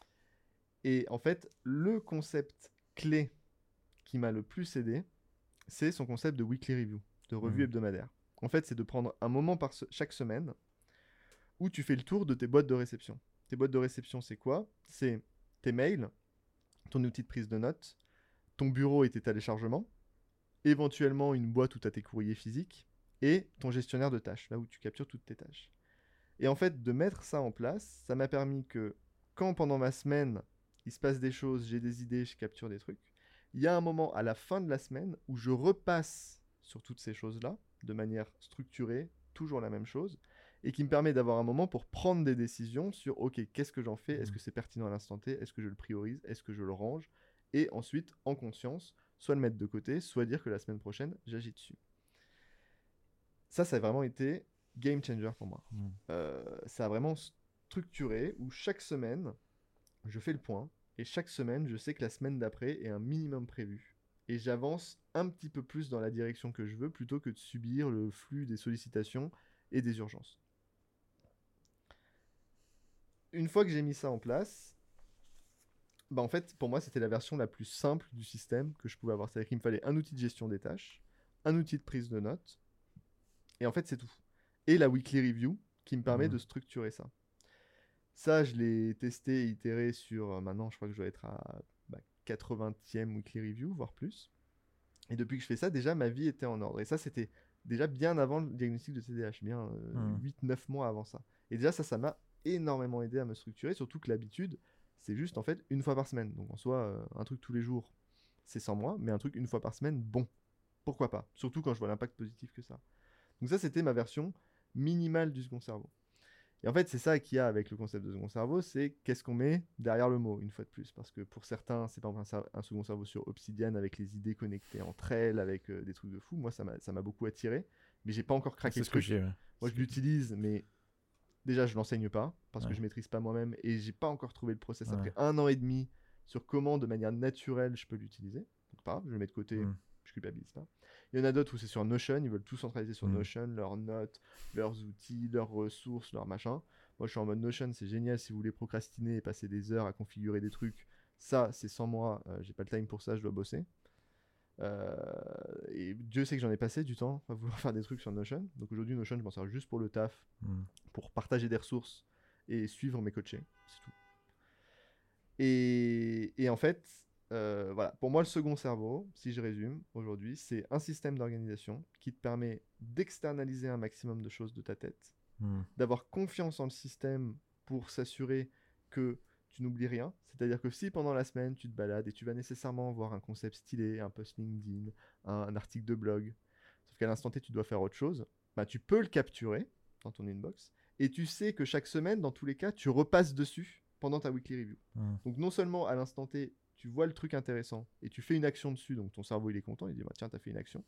Et en fait, le concept clé qui m'a le plus aidé, c'est son concept de weekly review, de revue Mmh. hebdomadaire. En fait, c'est de prendre un moment par se- chaque semaine où tu fais le tour de tes boîtes de réception. Tes boîtes de réception, c'est quoi? C'est tes mails, ton outil de prise de notes, ton bureau et tes téléchargements, éventuellement une boîte où tu as tes courriers physiques, et ton gestionnaire de tâches, là où tu captures toutes tes tâches. Et en fait, de mettre ça en place, ça m'a permis que quand pendant ma semaine, il se passe des choses, j'ai des idées, je capture des trucs, il y a un moment à la fin de la semaine où je repasse sur toutes ces choses-là, de manière structurée, toujours la même chose, et qui me permet d'avoir un moment pour prendre des décisions sur, ok, qu'est-ce que j'en fais? Est-ce que c'est pertinent à l'instant T? Est-ce que je le priorise? Est-ce que je le range? Et ensuite, en conscience, soit le mettre de côté, soit dire que la semaine prochaine, j'agis dessus. Ça, ça a vraiment été game changer pour moi. Mmh. Euh, ça a vraiment structuré où chaque semaine, je fais le point et chaque semaine, je sais que la semaine d'après est un minimum prévu. Et j'avance un petit peu plus dans la direction que je veux plutôt que de subir le flux des sollicitations et des urgences. Une fois que j'ai mis ça en place, bah en fait, pour moi, c'était la version la plus simple du système que je pouvais avoir. C'est-à-dire qu'il me fallait un outil de gestion des tâches, un outil de prise de notes, et en fait, c'est tout. Et la weekly review qui me permet Mmh. de structurer ça. Ça, je l'ai testé et itéré sur. euh, maintenant, je crois que je dois être à bah, quatre-vingtième weekly review, voire plus. Et depuis que je fais ça, déjà, ma vie était en ordre. Et ça, c'était déjà bien avant le diagnostic de T D A H, bien euh, Mmh. huit neuf mois avant ça. Et déjà, ça, ça m'a énormément aidé à me structurer, surtout que l'habitude, c'est juste en fait une fois par semaine. Donc en soi, euh, un truc tous les jours, c'est sans moi, mais un truc une fois par semaine, bon, pourquoi pas. Surtout quand je vois l'impact positif que ça. Donc ça, c'était ma version minimale du second cerveau. Et en fait, c'est ça qu'il y a avec le concept de second cerveau, c'est qu'est-ce qu'on met derrière le mot, une fois de plus. Parce que pour certains, c'est par exemple un, un second cerveau sur Obsidian avec les idées connectées entre elles, avec euh, des trucs de fou. Moi, ça m'a, ça m'a beaucoup attiré, mais j'ai pas encore craqué C'est le ce que truc. j'ai. Ouais. Moi, je l'utilise, mais déjà, je l'enseigne pas, parce Ouais. que je maîtrise pas moi-même, et j'ai pas encore trouvé le process Ouais. après un an et demi sur comment, de manière naturelle, je peux l'utiliser. Donc, pas grave, je le mets de côté, Mm. je culpabilise pas. Il y en a d'autres où c'est sur Notion, ils veulent tout centraliser sur Mm. Notion, leurs notes, leurs outils, leurs ressources, leurs machins. Moi, je suis en mode Notion, c'est génial si vous voulez procrastiner et passer des heures à configurer des trucs. Ça, c'est sans moi, euh, j'ai pas le time pour ça, je dois bosser. Euh, et Dieu sait que j'en ai passé du temps à vouloir faire des trucs sur Notion. Donc aujourd'hui, Notion, je m'en sers juste pour le taf, Mm. pour partager des ressources et suivre mes coachés. C'est tout. Et, et en fait, euh, voilà, pour moi, le second cerveau, si je résume aujourd'hui, c'est un système d'organisation qui te permet d'externaliser un maximum de choses de ta tête, Mm. d'avoir confiance en le système pour s'assurer que tu n'oublies rien. C'est-à-dire que si pendant la semaine, tu te balades et tu vas nécessairement voir un concept stylé, un post LinkedIn, un, un article de blog, sauf qu'à l'instant T, tu dois faire autre chose, bah, tu peux le capturer dans ton inbox et tu sais que chaque semaine, dans tous les cas, tu repasses dessus pendant ta weekly review. Mm. Donc non seulement à l'instant T, tu vois le truc intéressant et tu fais une action dessus, donc ton cerveau il est content, il dit bah, tiens, tu as fait une action.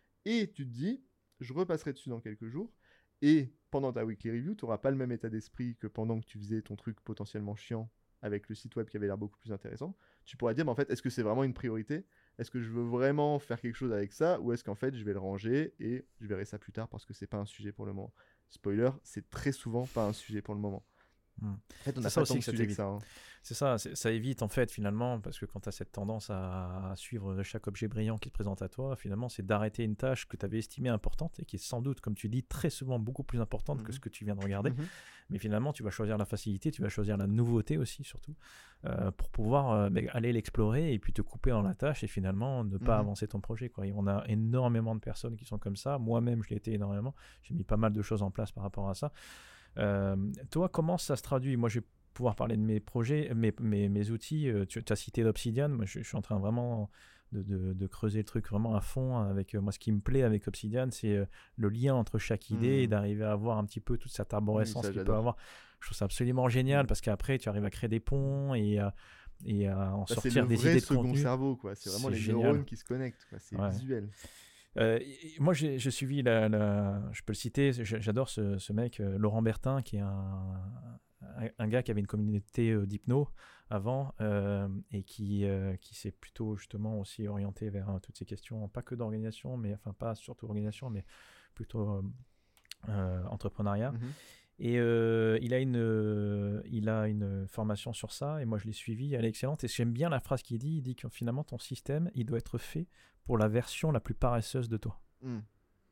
Et tu te dis, je repasserai dessus dans quelques jours. Et pendant ta weekly review, tu n'auras pas le même état d'esprit que pendant que tu faisais ton truc potentiellement chiant avec le site web qui avait l'air beaucoup plus intéressant. Tu pourras dire, bah, en fait, est-ce que c'est vraiment une priorité? Est-ce que je veux vraiment faire quelque chose avec ça? Ou est-ce qu'en fait, je vais le ranger et je verrai ça plus tard parce que c'est pas un sujet pour le moment? Spoiler, c'est très souvent pas un sujet pour le moment. Mm. En fait, on C'est n'a ça pas aussi tant de que ça sujets que t'évite. ça. Hein. C'est ça, c'est- ça évite en fait finalement, parce que quand tu as cette tendance à, à suivre chaque objet brillant qui se présente à toi, finalement c'est d'arrêter une tâche que tu avais estimée importante et qui est sans doute, comme tu dis, très souvent beaucoup plus importante que Mhm. ce que tu viens de regarder. Mhm. Mais finalement tu vas choisir la facilité, tu vas choisir la nouveauté aussi surtout, euh, pour pouvoir euh, mais aller l'explorer et puis te couper dans la tâche et finalement ne pas Mhm. avancer ton projet, quoi. Et on a énormément de personnes qui sont comme ça, moi-même je l'ai été énormément, j'ai mis pas mal de choses en place par rapport à ça. Euh, toi, comment ça se traduit? Moi, je vais pouvoir parler de mes projets, mes, mes, mes outils. Euh, Tu as cité l'Obsidian. Moi, je, je suis en train vraiment de, de, de creuser le truc vraiment à fond. Avec euh, moi, ce qui me plaît avec Obsidian, c'est euh, le lien entre chaque idée et Mhm. d'arriver à avoir un petit peu toute cette Oui, arborescence ça qu'il peut j'adore. avoir. Je trouve ça absolument génial Mhm. parce qu'après, tu arrives à créer des ponts et à, et à en Bah, c'est le sortir des vrai idées de second contenu. cerveau, quoi. C'est vraiment C'est les génial. neurones qui se connectent, quoi. C'est Ouais. visuel. Euh, et- et moi, j'ai j'ai suivi, la, la- je peux le citer, j'- j'adore ce, ce mec, euh, Laurent Bertin, qui est un, un, un gars qui avait une communauté euh, d'hypno avant euh, et qui, euh, qui s'est plutôt justement aussi orienté vers euh, toutes ces questions, pas que d'organisation, mais enfin pas surtout organisation, mais plutôt euh, euh, entrepreneuriat. Mhm. Et euh, il, a une, euh, il a une formation sur ça, et moi je l'ai suivi, elle est excellente. Et j'aime bien la phrase qu'il dit, il dit que finalement ton système, il doit être fait pour la version la plus paresseuse de toi. Mhm.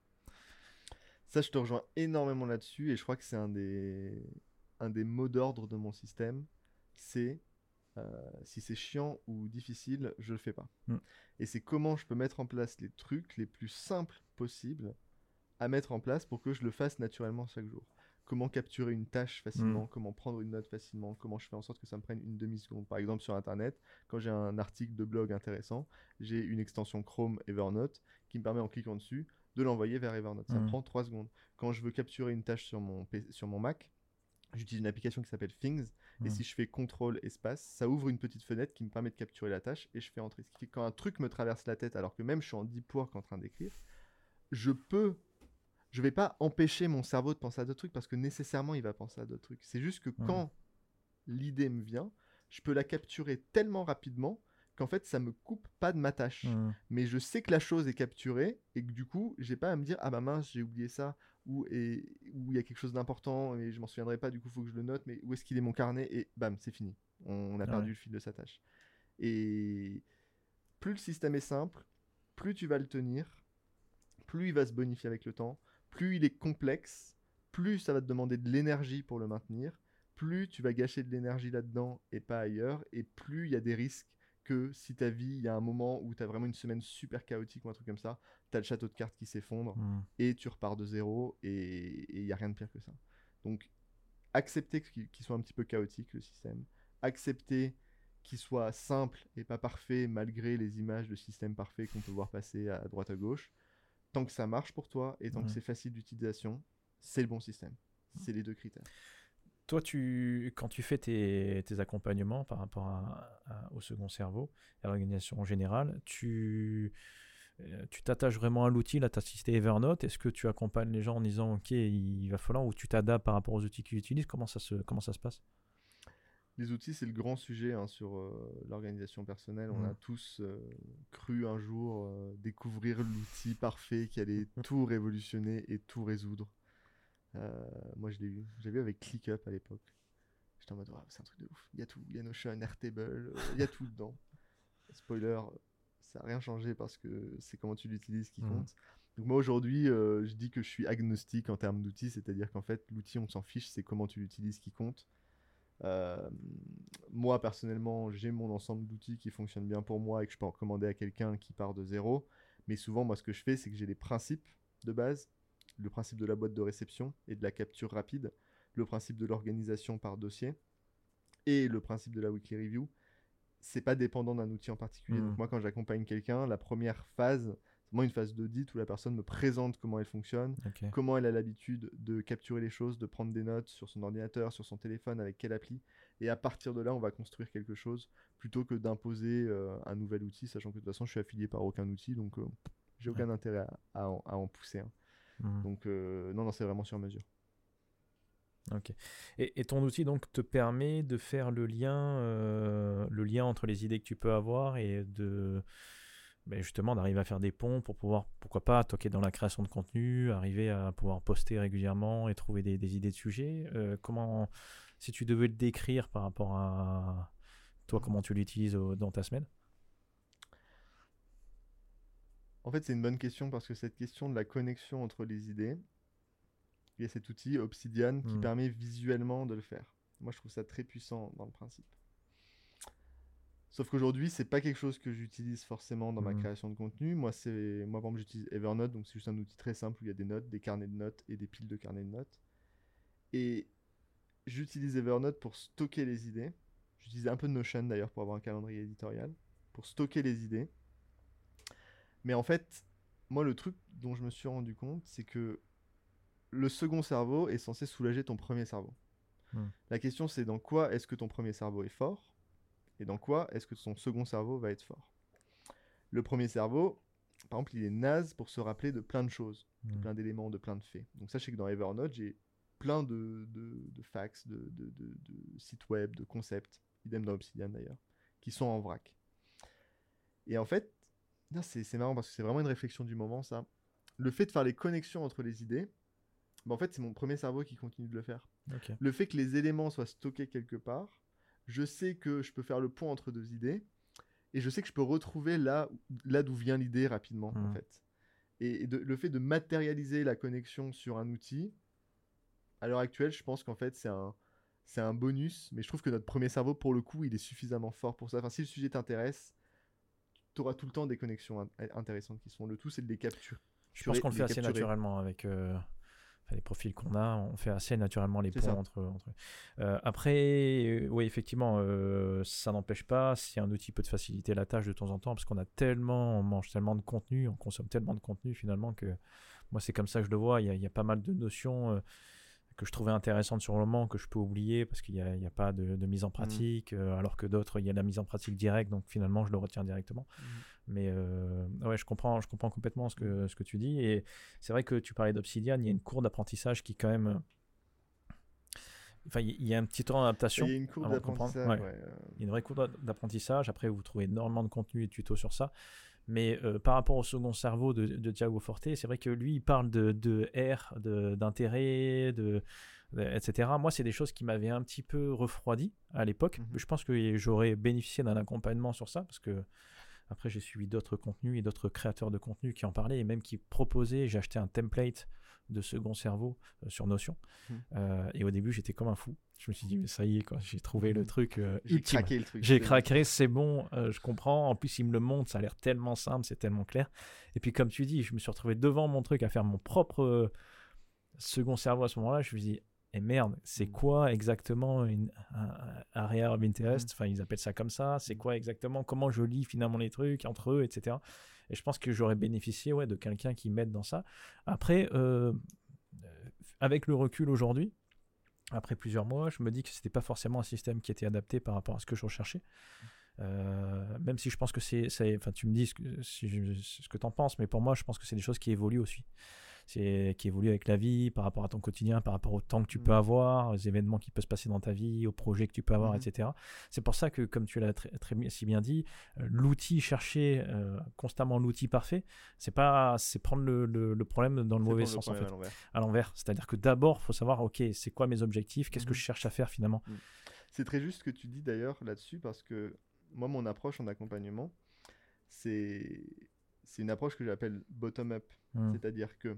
Ça, je te rejoins énormément là-dessus et je crois que c'est un des, un des mots d'ordre de mon système. C'est euh, si c'est chiant ou difficile, je le fais pas. Mm. Et c'est comment je peux mettre en place les trucs les plus simples possibles à mettre en place pour que je le fasse naturellement chaque jour. Comment capturer une tâche facilement, Mm. comment prendre une note facilement, comment je fais en sorte que ça me prenne une demi-seconde. Par exemple, sur Internet, quand j'ai un article de blog intéressant, j'ai une extension Chrome Evernote qui me permet, en cliquant dessus, de l'envoyer vers Evernote. Ça me Mm. prend trois secondes. Quand je veux capturer une tâche sur mon, P C sur mon Mac, j'utilise une application qui s'appelle Things, et Mm. si je fais contrôle espace, ça ouvre une petite fenêtre qui me permet de capturer la tâche et je fais entrer. Ce qui fait que quand un truc me traverse la tête, alors que même je suis en deep work en train d'écrire, je peux je vais pas empêcher mon cerveau de penser à d'autres trucs parce que nécessairement il va penser à d'autres trucs. C'est juste que Mm. quand l'idée me vient, je peux la capturer tellement rapidement qu'en fait ça me coupe pas de ma tâche. Mm. Mais je sais que la chose est capturée et que du coup j'ai pas à me dire ah bah mince j'ai oublié ça ou et ou il y a quelque chose d'important et je m'en souviendrai pas, du coup faut que je le note, mais où est-ce qu'il est mon carnet, et bam c'est fini. On a perdu Ouais. le fil de sa tâche. Et plus le système est simple, plus tu vas le tenir, plus il va se bonifier avec le temps, plus il est complexe, plus ça va te demander de l'énergie pour le maintenir, plus tu vas gâcher de l'énergie là-dedans et pas ailleurs, et plus il y a des risques que si ta vie, il y a un moment où tu as vraiment une semaine super chaotique ou un truc comme ça, tu as le château de cartes qui s'effondre Mm. et tu repars de zéro et il n'y a rien de pire que ça. Donc, accepter qu'il qu'il soit un petit peu chaotique le système, accepter qu'il soit simple et pas parfait malgré les images de système parfait qu'on peut voir passer à droite à gauche. Tant que ça marche pour toi et tant Ouais. que c'est facile d'utilisation, c'est le bon système. C'est les deux critères. Toi, tu, quand tu fais tes, tes accompagnements par rapport à, à- au second cerveau, à l'organisation en général, tu euh, tu t'attaches vraiment à l'outil. Là, tu as cité Evernote. Est-ce que tu accompagnes les gens en disant, OK, il va falloir, ou tu t'adaptes par rapport aux outils qu'ils utilisent? Comment ça se, comment ça se passe? Les outils, c'est le grand sujet hein, sur euh, l'organisation personnelle. On Mmh. a tous euh, cru un jour euh, découvrir l'outil parfait qui allait tout révolutionner et tout résoudre. Euh, moi, je l'ai vu. J'ai vu avec ClickUp à l'époque. J'étais en mode, wow, c'est un truc de ouf. Il y a tout. Il y a Notion, Airtable, euh, il y a tout dedans. Spoiler, ça n'a rien changé parce que c'est comment tu l'utilises qui Mmh. compte. Donc moi, aujourd'hui, euh, je dis que je suis agnostique en termes d'outils, c'est-à-dire qu'en fait, l'outil, on s'en fiche, c'est comment tu l'utilises qui compte. Euh, moi personnellement j'ai mon ensemble d'outils qui fonctionnent bien pour moi et que je peux en recommander à quelqu'un qui part de zéro, mais souvent moi ce que je fais c'est que j'ai les principes de base, le principe de la boîte de réception et de la capture rapide, le principe de l'organisation par dossier et le principe de la weekly review. C'est pas dépendant d'un outil en particulier. Mmh. Donc moi quand j'accompagne quelqu'un, la première phase, c'est moi une phase d'audit où la personne me présente comment elle fonctionne, Ok. comment elle a l'habitude de capturer les choses, de prendre des notes sur son ordinateur, sur son téléphone, avec quelle appli. Et à partir de là, on va construire quelque chose plutôt que d'imposer euh, un nouvel outil, sachant que de toute façon, je suis affilié par aucun outil, donc euh, j'ai aucun Ouais. intérêt à, à en, à en pousser. hein. Mmh. Donc euh, non, non, c'est vraiment sur mesure. Ok. Et, et ton outil donc te permet de faire le lien, euh, le lien entre les idées que tu peux avoir et de ben justement d'arriver à faire des ponts pour pouvoir, pourquoi pas, toquer dans la création de contenu, arriver à pouvoir poster régulièrement et trouver des, des idées de sujets. Euh, comment, si tu devais le décrire par rapport à toi, comment tu l'utilises au- dans ta semaine? En fait, c'est une bonne question parce que cette question de la connexion entre les idées, il y a cet outil Obsidian qui Hmm. permet visuellement de le faire. Moi, je trouve ça très puissant dans le principe. Sauf qu'aujourd'hui, c'est pas quelque chose que j'utilise forcément dans ma Hmm. création de contenu. Moi, c'est moi par exemple, j'utilise Evernote, donc c'est juste un outil très simple où il y a des notes, des carnets de notes et des piles de carnets de notes. Et j'utilise Evernote pour stocker les idées. J'utilise un peu de Notion d'ailleurs pour avoir un calendrier éditorial, pour stocker les idées. Mais en fait, moi, le truc dont je me suis rendu compte, c'est que le second cerveau est censé soulager ton premier cerveau. Hmm. La question, c'est dans quoi est-ce que ton premier cerveau est fort et dans quoi est-ce que ton second cerveau va être fort. Le premier cerveau, par exemple, il est naze pour se rappeler de plein de choses, de Hmm. plein d'éléments, de plein de faits. Donc sachez que dans Evernote, j'ai plein de, de, de fax, de, de, de, de sites web, de concepts, idem dans Obsidian d'ailleurs, qui sont en vrac. Et en fait, non, c'est, c'est marrant parce que c'est vraiment une réflexion du moment, ça. Le fait de faire les connexions entre les idées, bah, en fait, c'est mon premier cerveau qui continue de le faire. Ok. Le fait que les éléments soient stockés quelque part, je sais que je peux faire le pont entre deux idées, et je sais que je peux retrouver là, là d'où vient l'idée rapidement, en Hmm. fait. Et, et de- le fait de matérialiser la connexion sur un outil, à l'heure actuelle, je pense qu'en fait, c'est un, c'est un bonus, mais je trouve que notre premier cerveau, pour le coup, il est suffisamment fort pour ça. Enfin, si le sujet t'intéresse, tu auras tout le temps des connexions in- intéressantes qui sont. Le tout, c'est de les capturer. Je pense qu'on le les fait assez capturer. naturellement avec euh, enfin, les profils qu'on a, on fait assez naturellement les C'est ponts ça. entre. entre... Euh, après, euh, oui, effectivement, euh, ça n'empêche pas si un outil peut te faciliter la tâche de temps en temps, parce qu'on a tellement, on mange tellement de contenu, on consomme tellement de contenu finalement que moi c'est comme ça que je le vois. Il y a, il y a pas mal de notions euh, que je trouvais intéressantes sur le moment que je peux oublier parce qu'il n'y a, il y a pas de, de mise en pratique, euh, alors que d'autres il y a la mise en pratique directe, donc finalement je le retiens directement. Mhm. Mais euh, ouais, je comprends, je comprends complètement ce que, ce que tu dis. Et c'est vrai que tu parlais d'Obsidian, il y a une courbe d'apprentissage qui quand même. Enfin, il y a un petit temps Il d'adaptation y a une courbe avant de comprendre. d'apprentissage, Ouais. ouais. euh, Il y a une vraie courbe d'apprentissage. Après, vous trouvez énormément de contenu et de tutos sur ça. Mais euh, par rapport au second cerveau de, de Tiago Forte, c'est vrai que lui, il parle de, de R, de- d'intérêt, de, de- et cetera. Moi, c'est des choses qui m'avaient un petit peu refroidi à l'époque. Mhm. Je pense que j'aurais bénéficié d'un accompagnement sur ça parce que après, j'ai suivi d'autres contenus et d'autres créateurs de contenu qui en parlaient et même qui proposaient. J'ai acheté un template de second cerveau euh, sur Notion. Mhm. Euh, et au début, j'étais comme un fou. Je me suis dit, mais ça y est, quoi, j'ai trouvé le truc euh, J'ai ultime. craqué le truc. J'ai c'est- craqué, c'est bon, euh, je comprends. En plus, il me le montre, ça a l'air tellement simple, c'est tellement clair. Et puis, comme tu dis, je me suis retrouvé devant mon truc à faire mon propre euh, second cerveau à ce moment-là. Je me suis dit, et merde, c'est Mm. quoi exactement une, un, un area of interest? Mhm. Enfin, ils appellent ça comme ça. C'est Mhm. quoi exactement? Comment je lis finalement les trucs entre eux, et cetera. Et je pense que j'aurais bénéficié ouais, de quelqu'un qui m'aide dans ça. Après, euh, avec le recul aujourd'hui, après plusieurs mois, je me dis que c'était pas forcément un système qui était adapté par rapport à ce que je recherchais. Euh, même si je pense que c'est, c'est enfin tu me dis ce que, si je- ce que t'en penses, mais pour moi je pense que c'est des choses qui évoluent aussi. c'est, qui évolue avec la vie, par rapport à ton quotidien, par rapport au temps que tu peux Mhm. avoir, aux événements qui peuvent se passer dans ta vie, aux projets que tu peux avoir, Mhm. et cetera. C'est pour ça que, comme tu l'as très, très bien- si bien dit, euh, l'outil, chercher euh, constamment l'outil parfait, c'est pas, c'est prendre le, le- le problème dans le C'est mauvais prendre le sens en problème à fait, l'envers. à l'envers. C'est-à-dire que d'abord, il faut savoir, ok, c'est quoi mes objectifs, qu'est-ce que je Mhm. cherche à faire finalement. Mm. C'est très juste ce que tu dis d'ailleurs là-dessus parce que moi, mon approche en accompagnement, c'est c'est une approche que j'appelle bottom-up. Mm, C'est-à-dire que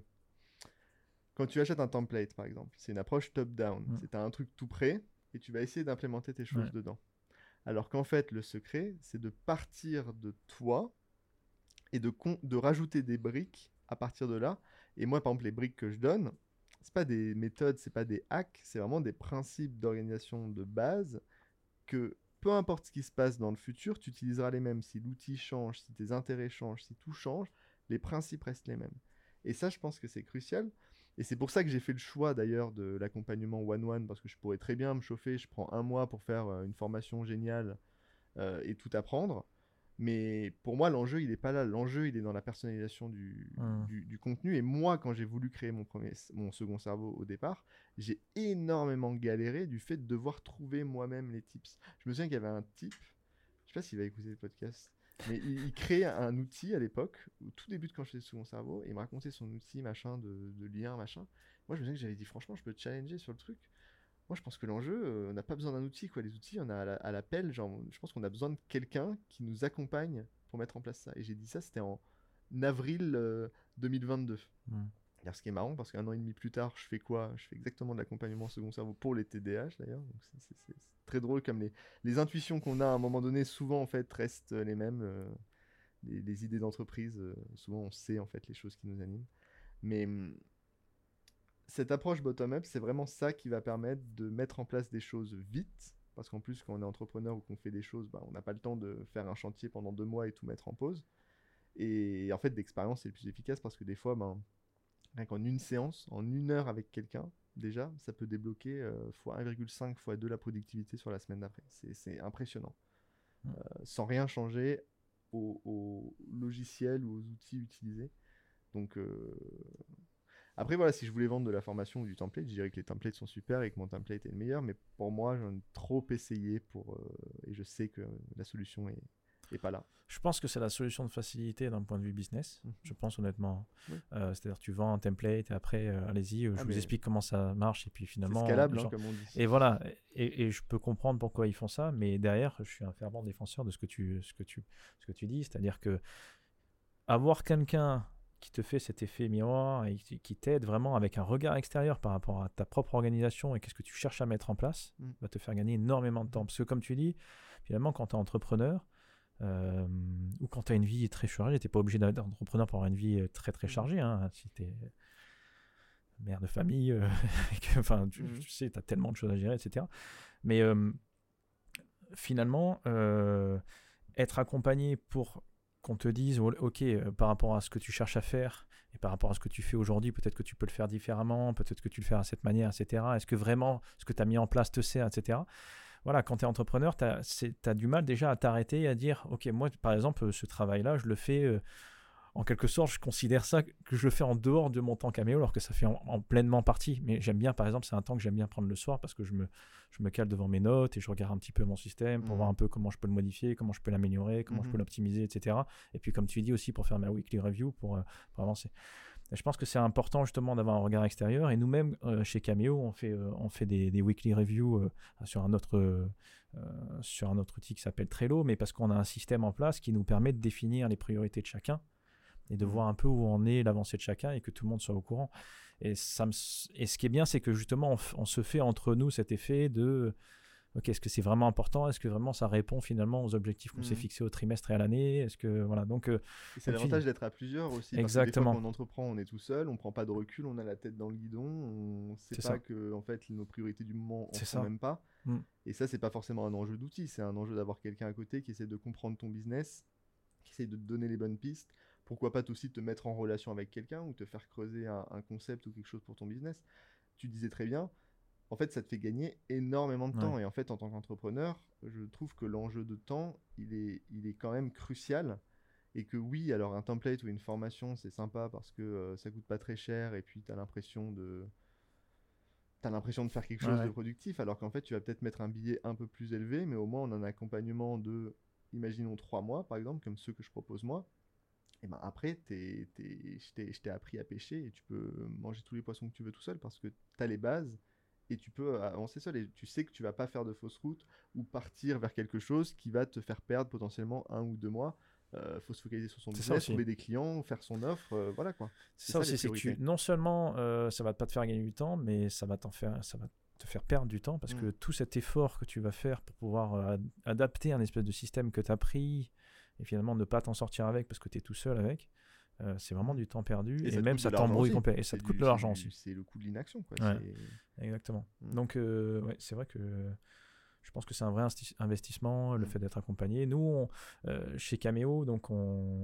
quand tu achètes un template, par exemple, c'est une approche top-down. mm, C'est un truc tout prêt et tu vas essayer d'implémenter tes ouais, choses dedans. Alors qu'en fait, le secret, c'est de partir de toi et de, con- de rajouter des briques à partir de là. Et moi, par exemple, les briques que je donne, c'est pas des méthodes, c'est pas des hacks, c'est vraiment des principes d'organisation de base que peu importe ce qui se passe dans le futur, tu utiliseras les mêmes. Si l'outil change, si tes intérêts changent, si tout change, les principes restent les mêmes. Et ça, je pense que c'est crucial. Et c'est pour ça que j'ai fait le choix d'ailleurs de l'accompagnement one-one, parce que je pourrais très bien me chauffer, je prends un mois pour faire euh, une formation géniale euh, et tout apprendre. Mais pour moi, l'enjeu, il n'est pas là. L'enjeu, il est dans la personnalisation du, mm, du, du contenu. Et moi, quand j'ai voulu créer mon, premier, mon second cerveau au départ, j'ai énormément galéré du fait de devoir trouver moi-même les tips. Je me souviens qu'il y avait un type, je sais pas s'il va écouter le podcast, mais il, il créait un outil à l'époque, au tout début de quand je faisais le second cerveau, et il me racontait son outil, machin, de, de lien, machin. Moi, je me souviens que j'avais dit, franchement, je peux te challenger sur le truc. Moi, je pense que l'enjeu, euh, on n'a pas besoin d'un outil, quoi. Les outils, on a à la- à l'appel. Genre, je pense qu'on a besoin de quelqu'un qui nous accompagne pour mettre en place ça. Et j'ai dit ça, c'était en avril euh, deux mille vingt-deux. mm. Alors, ce qui est marrant, parce qu'un an et demi plus tard, je fais quoi? Je fais exactement de l'accompagnement second cerveau pour les T D A H, d'ailleurs. Donc, c'est- c'est c'est- c'est très drôle comme les, les intuitions qu'on a à un moment donné, souvent, en fait, restent les mêmes. euh, les, les idées d'entreprise, euh, souvent, on sait, en fait, les choses qui nous animent. Mais hum, cette approche bottom-up, c'est vraiment ça qui va permettre de mettre en place des choses vite. Parce qu'en plus, quand on est entrepreneur ou qu'on fait des choses, bah, on n'a pas le temps de faire un chantier pendant deux mois et tout mettre en pause. Et en fait, d'expérience, c'est le plus efficace parce que des fois, ben, rien qu'en une séance, en une heure avec quelqu'un, déjà, ça peut débloquer euh, fois un virgule cinq, fois deux la productivité sur la semaine d'après. C'est, c'est impressionnant. Mm. Euh, sans rien changer au, au logiciel ou aux outils utilisés. Donc, euh, après, voilà, si je voulais vendre de la formation ou du template, je dirais que les templates sont super et que mon template est le meilleur, mais pour moi, j'en ai trop essayé pour, euh, et je sais que la solution est, est pas là. Je pense que c'est la solution de facilité d'un point de vue business. Mhm. Je pense honnêtement. Oui. Euh, c'est-à-dire tu vends un template et après, euh, allez-y, euh, Ah, je vous mais explique comment ça marche et puis c'est finalement, scalable, hein, genre- comme on dit. et voilà. Et, et je peux comprendre pourquoi ils font ça, mais derrière, je suis un fervent défenseur de ce que tu, ce que tu, ce que tu dis, c'est-à-dire que avoir quelqu'un qui te fait cet effet miroir et qui, qui t'aide vraiment avec un regard extérieur par rapport à ta propre organisation et qu'est-ce que tu cherches à mettre en place, Mm. va te faire gagner énormément de temps. Mhm. Parce que comme tu dis, finalement, quand tu es entrepreneur, euh, ou quand tu as une vie très chargée, tu n'es pas obligé d'être entrepreneur pour avoir une vie très très Mhm. chargée. Hein. Si tu es mère de famille, euh, que, enfin, tu, Mhm. tu sais, tu as tellement de choses à gérer, et cetera. Mais euh, finalement, euh, être accompagné pour qu'on te dise, ok, euh, par rapport à ce que tu cherches à faire et par rapport à ce que tu fais aujourd'hui, peut-être que tu peux le faire différemment, peut-être que tu le fais à cette manière, et cetera. Est-ce que vraiment ce que tu as mis en place te sert, et cetera. Voilà, quand tu es entrepreneur, tu as du mal déjà à t'arrêter et à dire, ok, moi, par exemple, ce travail-là, je le fais, euh, en quelque sorte, je considère ça que je le fais en dehors de mon temps caméo, alors que ça fait en, en pleinement partie. Mais j'aime bien, par exemple, c'est un temps que j'aime bien prendre le soir parce que je me, je me cale devant mes notes et je regarde un petit peu mon système pour Mhm. voir un peu comment je peux le modifier, comment je peux l'améliorer, comment je Mhm. peux l'optimiser, et cetera. Et puis, comme tu dis aussi, pour faire ma weekly review, pour, euh, pour avancer. Et je pense que c'est important justement d'avoir un regard extérieur. Et nous-mêmes, euh, chez Cameo, on fait, euh, on fait des, des weekly reviews euh, sur, un autre, euh, sur un autre outil qui s'appelle Trello, mais parce qu'on a un système en place qui nous permet de définir les priorités de chacun et de Mhm. voir un peu où en est l'avancée de chacun et que tout le monde soit au courant. Et, ça me, et ce qui est bien, c'est que justement, on, on se fait entre nous cet effet de ok, est-ce que c'est vraiment important? Est-ce que vraiment ça répond finalement aux objectifs qu'on s'est Mhm. fixés au trimestre et à l'année? Est-ce que voilà, donc euh, Et c'est comme tu l'avantage dis, d'être à plusieurs aussi, parce que des fois, exactement, quand on entreprend, on est tout seul, on prend pas de recul, on a la tête dans le guidon, on sait c'est pas ça, que en fait nos priorités du moment en c'est font ça. même pas. Mm. Et ça, c'est pas forcément un enjeu d'outil, c'est un enjeu d'avoir quelqu'un à côté qui essaie de comprendre ton business, qui essaie de te donner les bonnes pistes. Pourquoi pas aussi te mettre en relation avec quelqu'un ou te faire creuser un, un concept ou quelque chose pour ton business. Tu disais très bien, en fait, ça te fait gagner énormément de Ouais. temps. Et en fait, en tant qu'entrepreneur, je trouve que l'enjeu de temps, il est, il est quand même crucial. Et que oui, alors un template ou une formation, c'est sympa parce que euh, ça coûte pas très cher et puis tu as l'impression de... T'as l'impression de faire quelque chose Ouais. de productif, alors qu'en fait, tu vas peut-être mettre un billet un peu plus élevé, mais au moins on a un accompagnement de, imaginons, trois mois, par exemple, comme ceux que je propose moi. Et ben après, t'es, t'es, je t'ai je t'ai appris à pêcher et tu peux manger tous les poissons que tu veux tout seul parce que tu as les bases et tu peux avancer seul. Et tu sais que tu vas pas faire de fausse route ou partir vers quelque chose qui va te faire perdre potentiellement un ou deux mois. Euh, faut se focaliser sur son C'est ça business, aussi. trouver des clients, faire son offre, euh, voilà quoi. C'est ça les aussi, c'est que tu, priorités. non seulement euh, ça va pas te faire gagner du temps, mais ça va t'en faire, ça va te faire perdre du temps parce Mm. que tout cet effort que tu vas faire pour pouvoir euh, ad- adapter un espèce de système que tu as pris et finalement ne pas t'en sortir avec parce que tu es tout seul avec, euh, c'est vraiment Mm. du temps perdu Et et, ça te même coûte de ça l'argent t'embrouille aussi. complètement et ça C'est te coûte du- de c'est l'argent du- aussi. c'est le coût de l'inaction, quoi. Ouais, C'est- exactement. Mm. Donc euh, ouais, c'est vrai que je pense que c'est un vrai insti- investissement le Mm. fait d'être accompagné. Nous, on- euh, chez Cameo, donc on,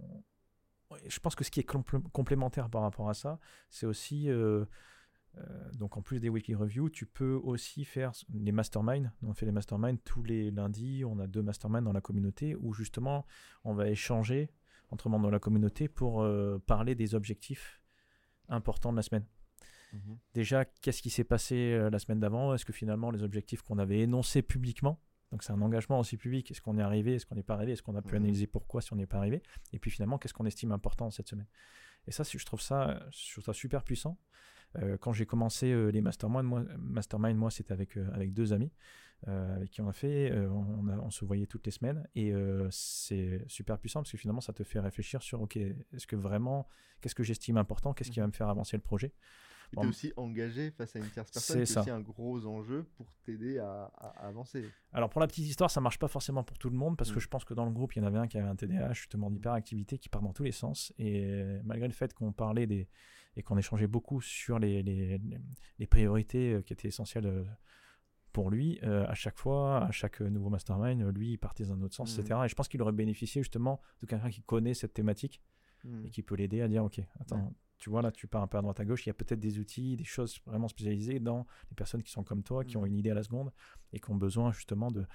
ouais, je pense que ce qui est complé- complémentaire par rapport à ça, c'est aussi, euh, euh, donc en plus des weekly reviews, tu peux aussi faire les masterminds. On fait les masterminds tous les lundis, on a deux masterminds dans la communauté où justement on va échanger entre membres de la communauté pour euh, parler des objectifs importants de la semaine. Mhm. Déjà, qu'est-ce qui s'est passé euh, la semaine d'avant? Est-ce que finalement les objectifs qu'on avait énoncés publiquement, donc c'est un engagement aussi public, est-ce qu'on est arrivé, est-ce qu'on n'est pas arrivé, est-ce qu'on a pu Mhm. analyser pourquoi si on n'est pas arrivé, et puis finalement qu'est-ce qu'on estime important cette semaine. Et ça, je trouve ça, je trouve ça super puissant. Euh, quand j'ai commencé euh, les masterminds, moi, mastermind, moi c'était avec, euh, avec deux amis euh, avec qui on a fait, euh, on, a- on se voyait toutes les semaines, et euh, c'est super puissant parce que finalement ça te fait réfléchir sur, ok, est-ce que vraiment, qu'est-ce que j'estime important, qu'est-ce qui va Mhm. me faire avancer le projet. Et Bon, t'es aussi engagé face à une tierce personne, c'est qui est ça. aussi un gros enjeu pour t'aider à, à- à avancer. Alors pour la petite histoire, ça marche pas forcément pour tout le monde parce que Mm. je pense que dans le groupe, il y en avait un qui avait un T D A H, justement d'hyperactivité, qui part dans tous les sens. Et malgré le fait qu'on parlait des et qu'on échangeait beaucoup sur les, les, les priorités euh, qui étaient essentielles euh, pour lui, euh, à chaque fois, à chaque nouveau mastermind, euh, lui, il partait dans un autre sens, Mm. et cetera. Et je pense qu'il aurait bénéficié justement de quelqu'un qui connaît cette thématique Mm. et qui peut l'aider à dire, ok, attends, tu vois là, tu pars un peu à droite à gauche, il y a peut-être des outils, des choses vraiment spécialisées dans les personnes qui sont comme toi, qui Mm. ont une idée à la seconde et qui ont besoin justement de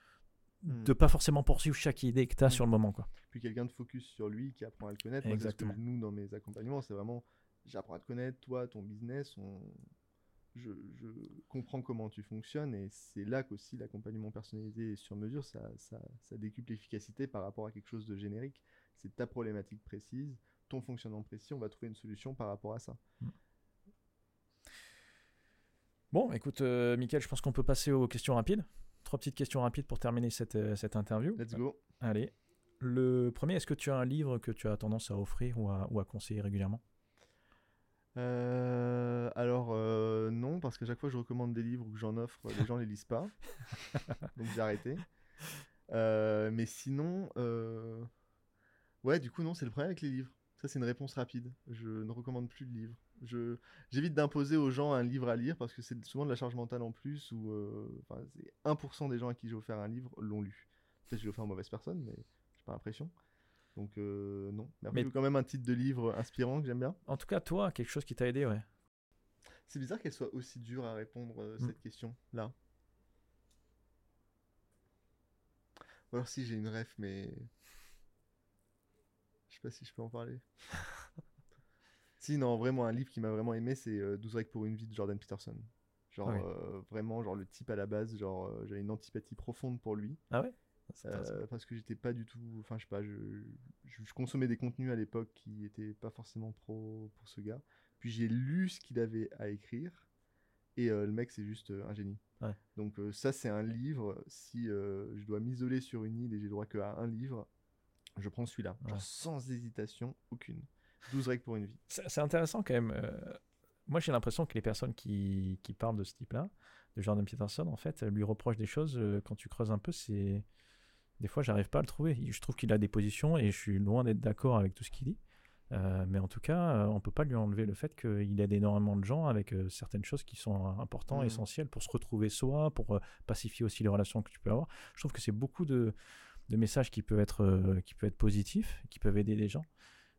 Mm. de pas forcément poursuivre chaque idée que tu as Mm. sur le moment, quoi. Puis quelqu'un de focus sur lui qui apprend à le connaître. Moi, c'est ce que Exactement. nous, dans mes accompagnements, c'est vraiment j'apprends à te connaître, toi, ton business, on... je, je comprends comment tu fonctionnes et c'est là qu'aussi l'accompagnement personnalisé et sur mesure, ça, ça, ça décuple l'efficacité par rapport à quelque chose de générique. C'est ta problématique précise, ton fonctionnement précis, on va trouver une solution par rapport à ça. Bon, écoute, euh, Mickaël, je pense qu'on peut passer aux questions rapides. Trois petites questions rapides pour terminer cette, euh, cette interview. Let's go. Allez. Le premier, est-ce que tu as un livre que tu as tendance à offrir ou à, ou à conseiller régulièrement? Euh, alors euh, non, parce qu'à chaque fois que je recommande des livres ou que j'en offre, les gens les lisent pas. Donc j'ai arrêté. Euh, mais sinon, euh, ouais, du coup non, c'est le problème avec les livres. Ça c'est une réponse rapide. Je ne recommande plus de livres. Je j'évite d'imposer aux gens un livre à lire parce que c'est souvent de la charge mentale en plus. Ou euh, enfin, c'est un pour cent des gens à qui j'ai offert un livre l'ont lu. Peut-être que j'ai offert à une mauvaise personne, mais j'ai pas l'impression. Donc euh, non. Mais après, Mais- j'ai quand même un titre de livre inspirant que j'aime bien. En tout cas, toi, quelque chose qui t'a aidé, ouais. C'est bizarre qu'elle soit aussi dure à répondre, euh, Mm. cette question-là. Ou alors si j'ai une ref, mais... Je sais pas si je peux en parler. Si, non, vraiment, un livre qui m'a vraiment aimé, c'est euh, douze règles pour une vie de Jordan Peterson. Genre, Ah oui. euh, vraiment, genre le type à la base, genre, euh, j'avais une antipathie profonde pour lui. Ah ouais? C'est intéressant. Euh, parce que j'étais pas du tout... Enfin, je sais pas, je, je, je consommais des contenus à l'époque qui étaient pas forcément pro pour ce gars. Puis j'ai lu ce qu'il avait à écrire. Et euh, le mec, c'est juste euh, un génie. Ouais. Donc euh, ça, c'est un livre. Si euh, je dois m'isoler sur une île et j'ai le droit qu'à un livre, je prends celui-là. Genre Ouais. sans hésitation aucune. douze règles pour une vie. C'est c'est intéressant quand même. Euh, moi, j'ai l'impression que les personnes qui, qui parlent de ce type-là, de Jordan Peterson, en fait, lui reprochent des choses. euh, quand tu creuses un peu, c'est des fois, j'arrive pas à le trouver. Je trouve qu'il a des positions et je suis loin d'être d'accord avec tout ce qu'il dit. Euh, mais en tout cas, euh, on peut pas lui enlever le fait qu'il aide énormément de gens avec euh, certaines choses qui sont euh, importantes, Mhm. essentielles pour se retrouver soi, pour euh, pacifier aussi les relations que tu peux avoir. Je trouve que c'est beaucoup de, de messages qui peuvent être, euh, qui peuvent être positifs, qui peuvent aider les gens.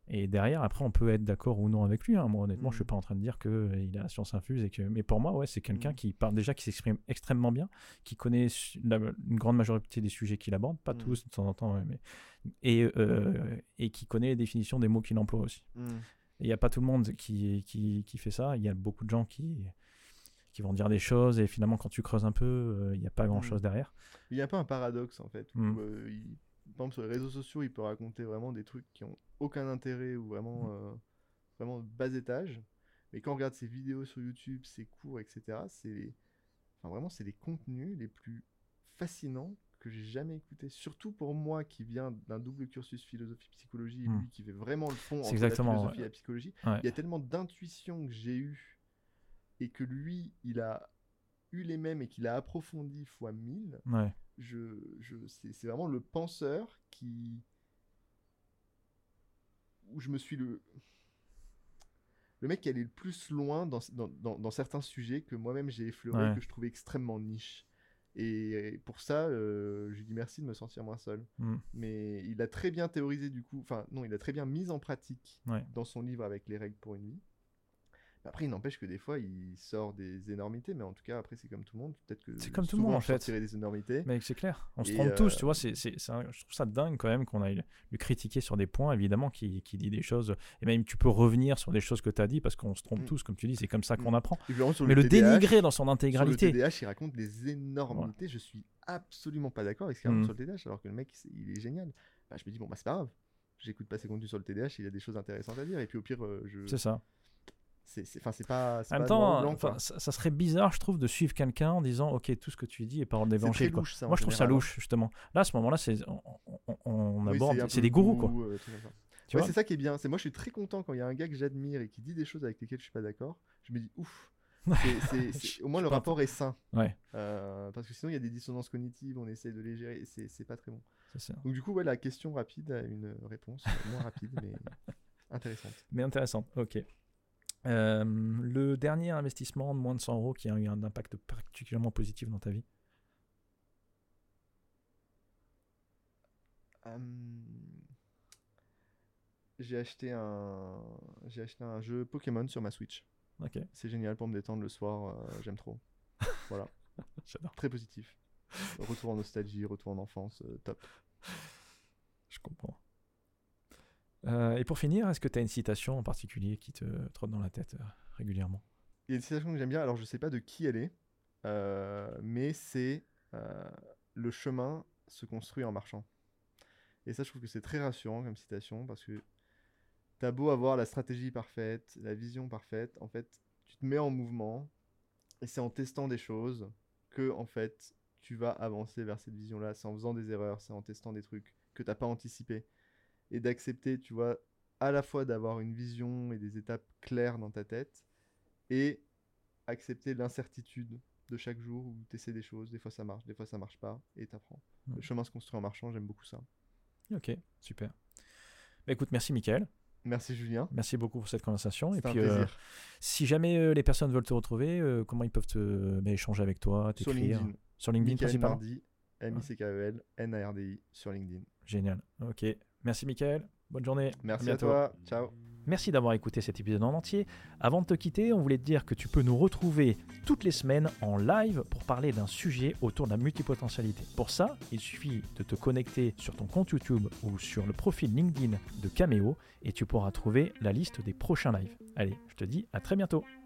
Et derrière, après, on peut être d'accord ou non avec lui. Hein. Moi, honnêtement, Mm. je suis pas en train de dire qu'il a la science infuse. Et que... Mais pour moi, ouais, c'est quelqu'un Mm. qui parle déjà, qui s'exprime extrêmement bien, qui connaît su- la- une grande majorité des sujets qu'il aborde, pas Mm. tous de temps en temps, ouais, mais... et, euh, et qui connaît les définitions des mots qu'il emploie aussi. Mm. Il n'y a pas tout le monde qui, qui, qui fait ça. Il y a beaucoup de gens qui, qui vont dire des choses et finalement, quand tu creuses un peu, euh, il n'y a pas grand-chose Mm. derrière. Il y a un peu un paradoxe en fait, où Mm. euh, il- par exemple sur les réseaux sociaux, il peut raconter vraiment des trucs qui ont aucun intérêt ou vraiment, euh, vraiment bas étage, mais quand on regarde ses vidéos sur YouTube, ses cours, et cetera, c'est enfin, vraiment c'est les contenus les plus fascinants que j'ai jamais écoutés. Surtout pour moi qui viens d'un double cursus philosophie-psychologie, et Mm. lui qui fait vraiment le pont C'est entre exactement, la philosophie ouais. et la psychologie, Ouais. il y a tellement d'intuitions que j'ai eues et que lui, il a eu les mêmes et qu'il a approfondi fois mille. Ouais. Je, je, c'est, c'est vraiment le penseur qui... où je me suis le... Le mec qui allait le plus loin dans, dans, dans, dans certains sujets que moi-même j'ai effleuré, Ouais. que je trouvais extrêmement niche. Et pour ça, euh, je lui dis merci de me sentir moins seul. Mm. Mais il a très bien théorisé du coup, enfin non, il a très bien mis en pratique Ouais. dans son livre avec les règles pour une vie. Après, il n'empêche que des fois, il sort des énormités, mais en tout cas, après, c'est comme tout le monde. Peut-être que C'est comme tout le souvent, monde, en je fait. sortirai des énormités. Mais c'est clair, on se Et trompe euh, tous, tu vois, c'est, c'est, c'est un- je trouve ça dingue quand même qu'on aille le critiquer sur des points, évidemment, qui, qui dit des choses, et même tu peux revenir sur des choses que tu as dit, parce qu'on se trompe Mm. tous, comme tu dis, c'est comme ça qu'on Mm. apprend. Et vraiment, sur Mais le T D A H, dénigrer dans son sur le intégralité, T D A H, il raconte des énormités. Je suis absolument pas d'accord avec ce qu'il raconte Mm. sur le T D A H, alors que le mec, c'est- il est génial. Bah, je me dis, bon, bah, c'est pas grave. J'écoute pas ses contenus sur le T D A H, il y a des choses intéressantes à dire. Et puis, au pire, euh, je. c'est ça. C'est, c'est, enfin, c'est pas. C'est En même pas noir ou temps, blanc, enfin, quoi. ça, ça serait bizarre, je trouve, de suivre quelqu'un en disant, ok, tout ce que tu dis est parole C'est d'évangile. très quoi. louche, ça, en Moi, je trouve ça général, hein. louche, justement. Là, à ce moment-là, c'est, on, on- on Oui, aborde, un c'est, peu des le gourous, quoi. goût, euh, truc comme ça. Tu Ouais, vois c'est ça qui est bien. C'est moi, je suis très content quand il y a un gars que j'admire et qui dit des choses avec lesquelles je suis pas d'accord. Je me dis ouf. C'est, c'est, c'est- Au moins, Je le pense- rapport est sain. Ouais, Euh, parce que sinon, il y a des dissonances cognitives. On essaie de les gérer. Et c'est, c'est pas très bon. c'est ça. Donc, du coup, ouais, la question rapide a une réponse euh, moins rapide, mais intéressante. Mais intéressant, ok. Euh, le dernier investissement de moins de cent euros qui a eu un impact particulièrement positif dans ta vie? Hum, J'ai acheté un, j'ai acheté un jeu Pokémon sur ma Switch. Ok, C'est génial pour me détendre le soir. euh, j'aime trop. Voilà, j'adore, très positif. Retour en nostalgie, retour en enfance, euh, top. je comprends. Euh, et pour finir, est-ce que tu as une citation en particulier qui te trotte dans la tête euh, régulièrement? Il y a une citation que j'aime bien, alors je sais pas de qui elle est, euh, mais c'est euh, le chemin se construit en marchant. Et ça, je trouve que c'est très rassurant comme citation parce que t'as beau avoir la stratégie parfaite, la vision parfaite, en fait, tu te mets en mouvement et c'est en testant des choses que, en fait, tu vas avancer vers cette vision-là. C'est en faisant des erreurs, c'est en testant des trucs que t'as pas anticipé et d'accepter, tu vois, à la fois d'avoir une vision et des étapes claires dans ta tête et accepter l'incertitude de chaque jour où tu essaies des choses, des fois ça marche, des fois ça marche pas, et t'apprends. Mm. Le chemin se construit en marchant, j'aime beaucoup ça. Ok, super. Bah, écoute, merci Mickaël. Merci Julien, Merci beaucoup pour cette conversation. Et c'était un puis, euh, plaisir. si jamais euh, les personnes veulent te retrouver, euh, comment ils peuvent te, bah, échanger avec toi, Sur t'écrire? LinkedIn, Sur LinkedIn Mickaël principalement. Nardi, M I C K E L, N A R D I, sur LinkedIn. Génial. Ok. Merci Mickaël. Bonne journée. Merci à bientôt. toi, ciao. Merci d'avoir écouté cet épisode en entier. Avant de te quitter, on voulait te dire que tu peux nous retrouver toutes les semaines en live pour parler d'un sujet autour de la multipotentialité. Pour ça, il suffit de te connecter sur ton compte YouTube ou sur le profil LinkedIn de Cameo et tu pourras trouver la liste des prochains lives. Allez, je te dis à très bientôt.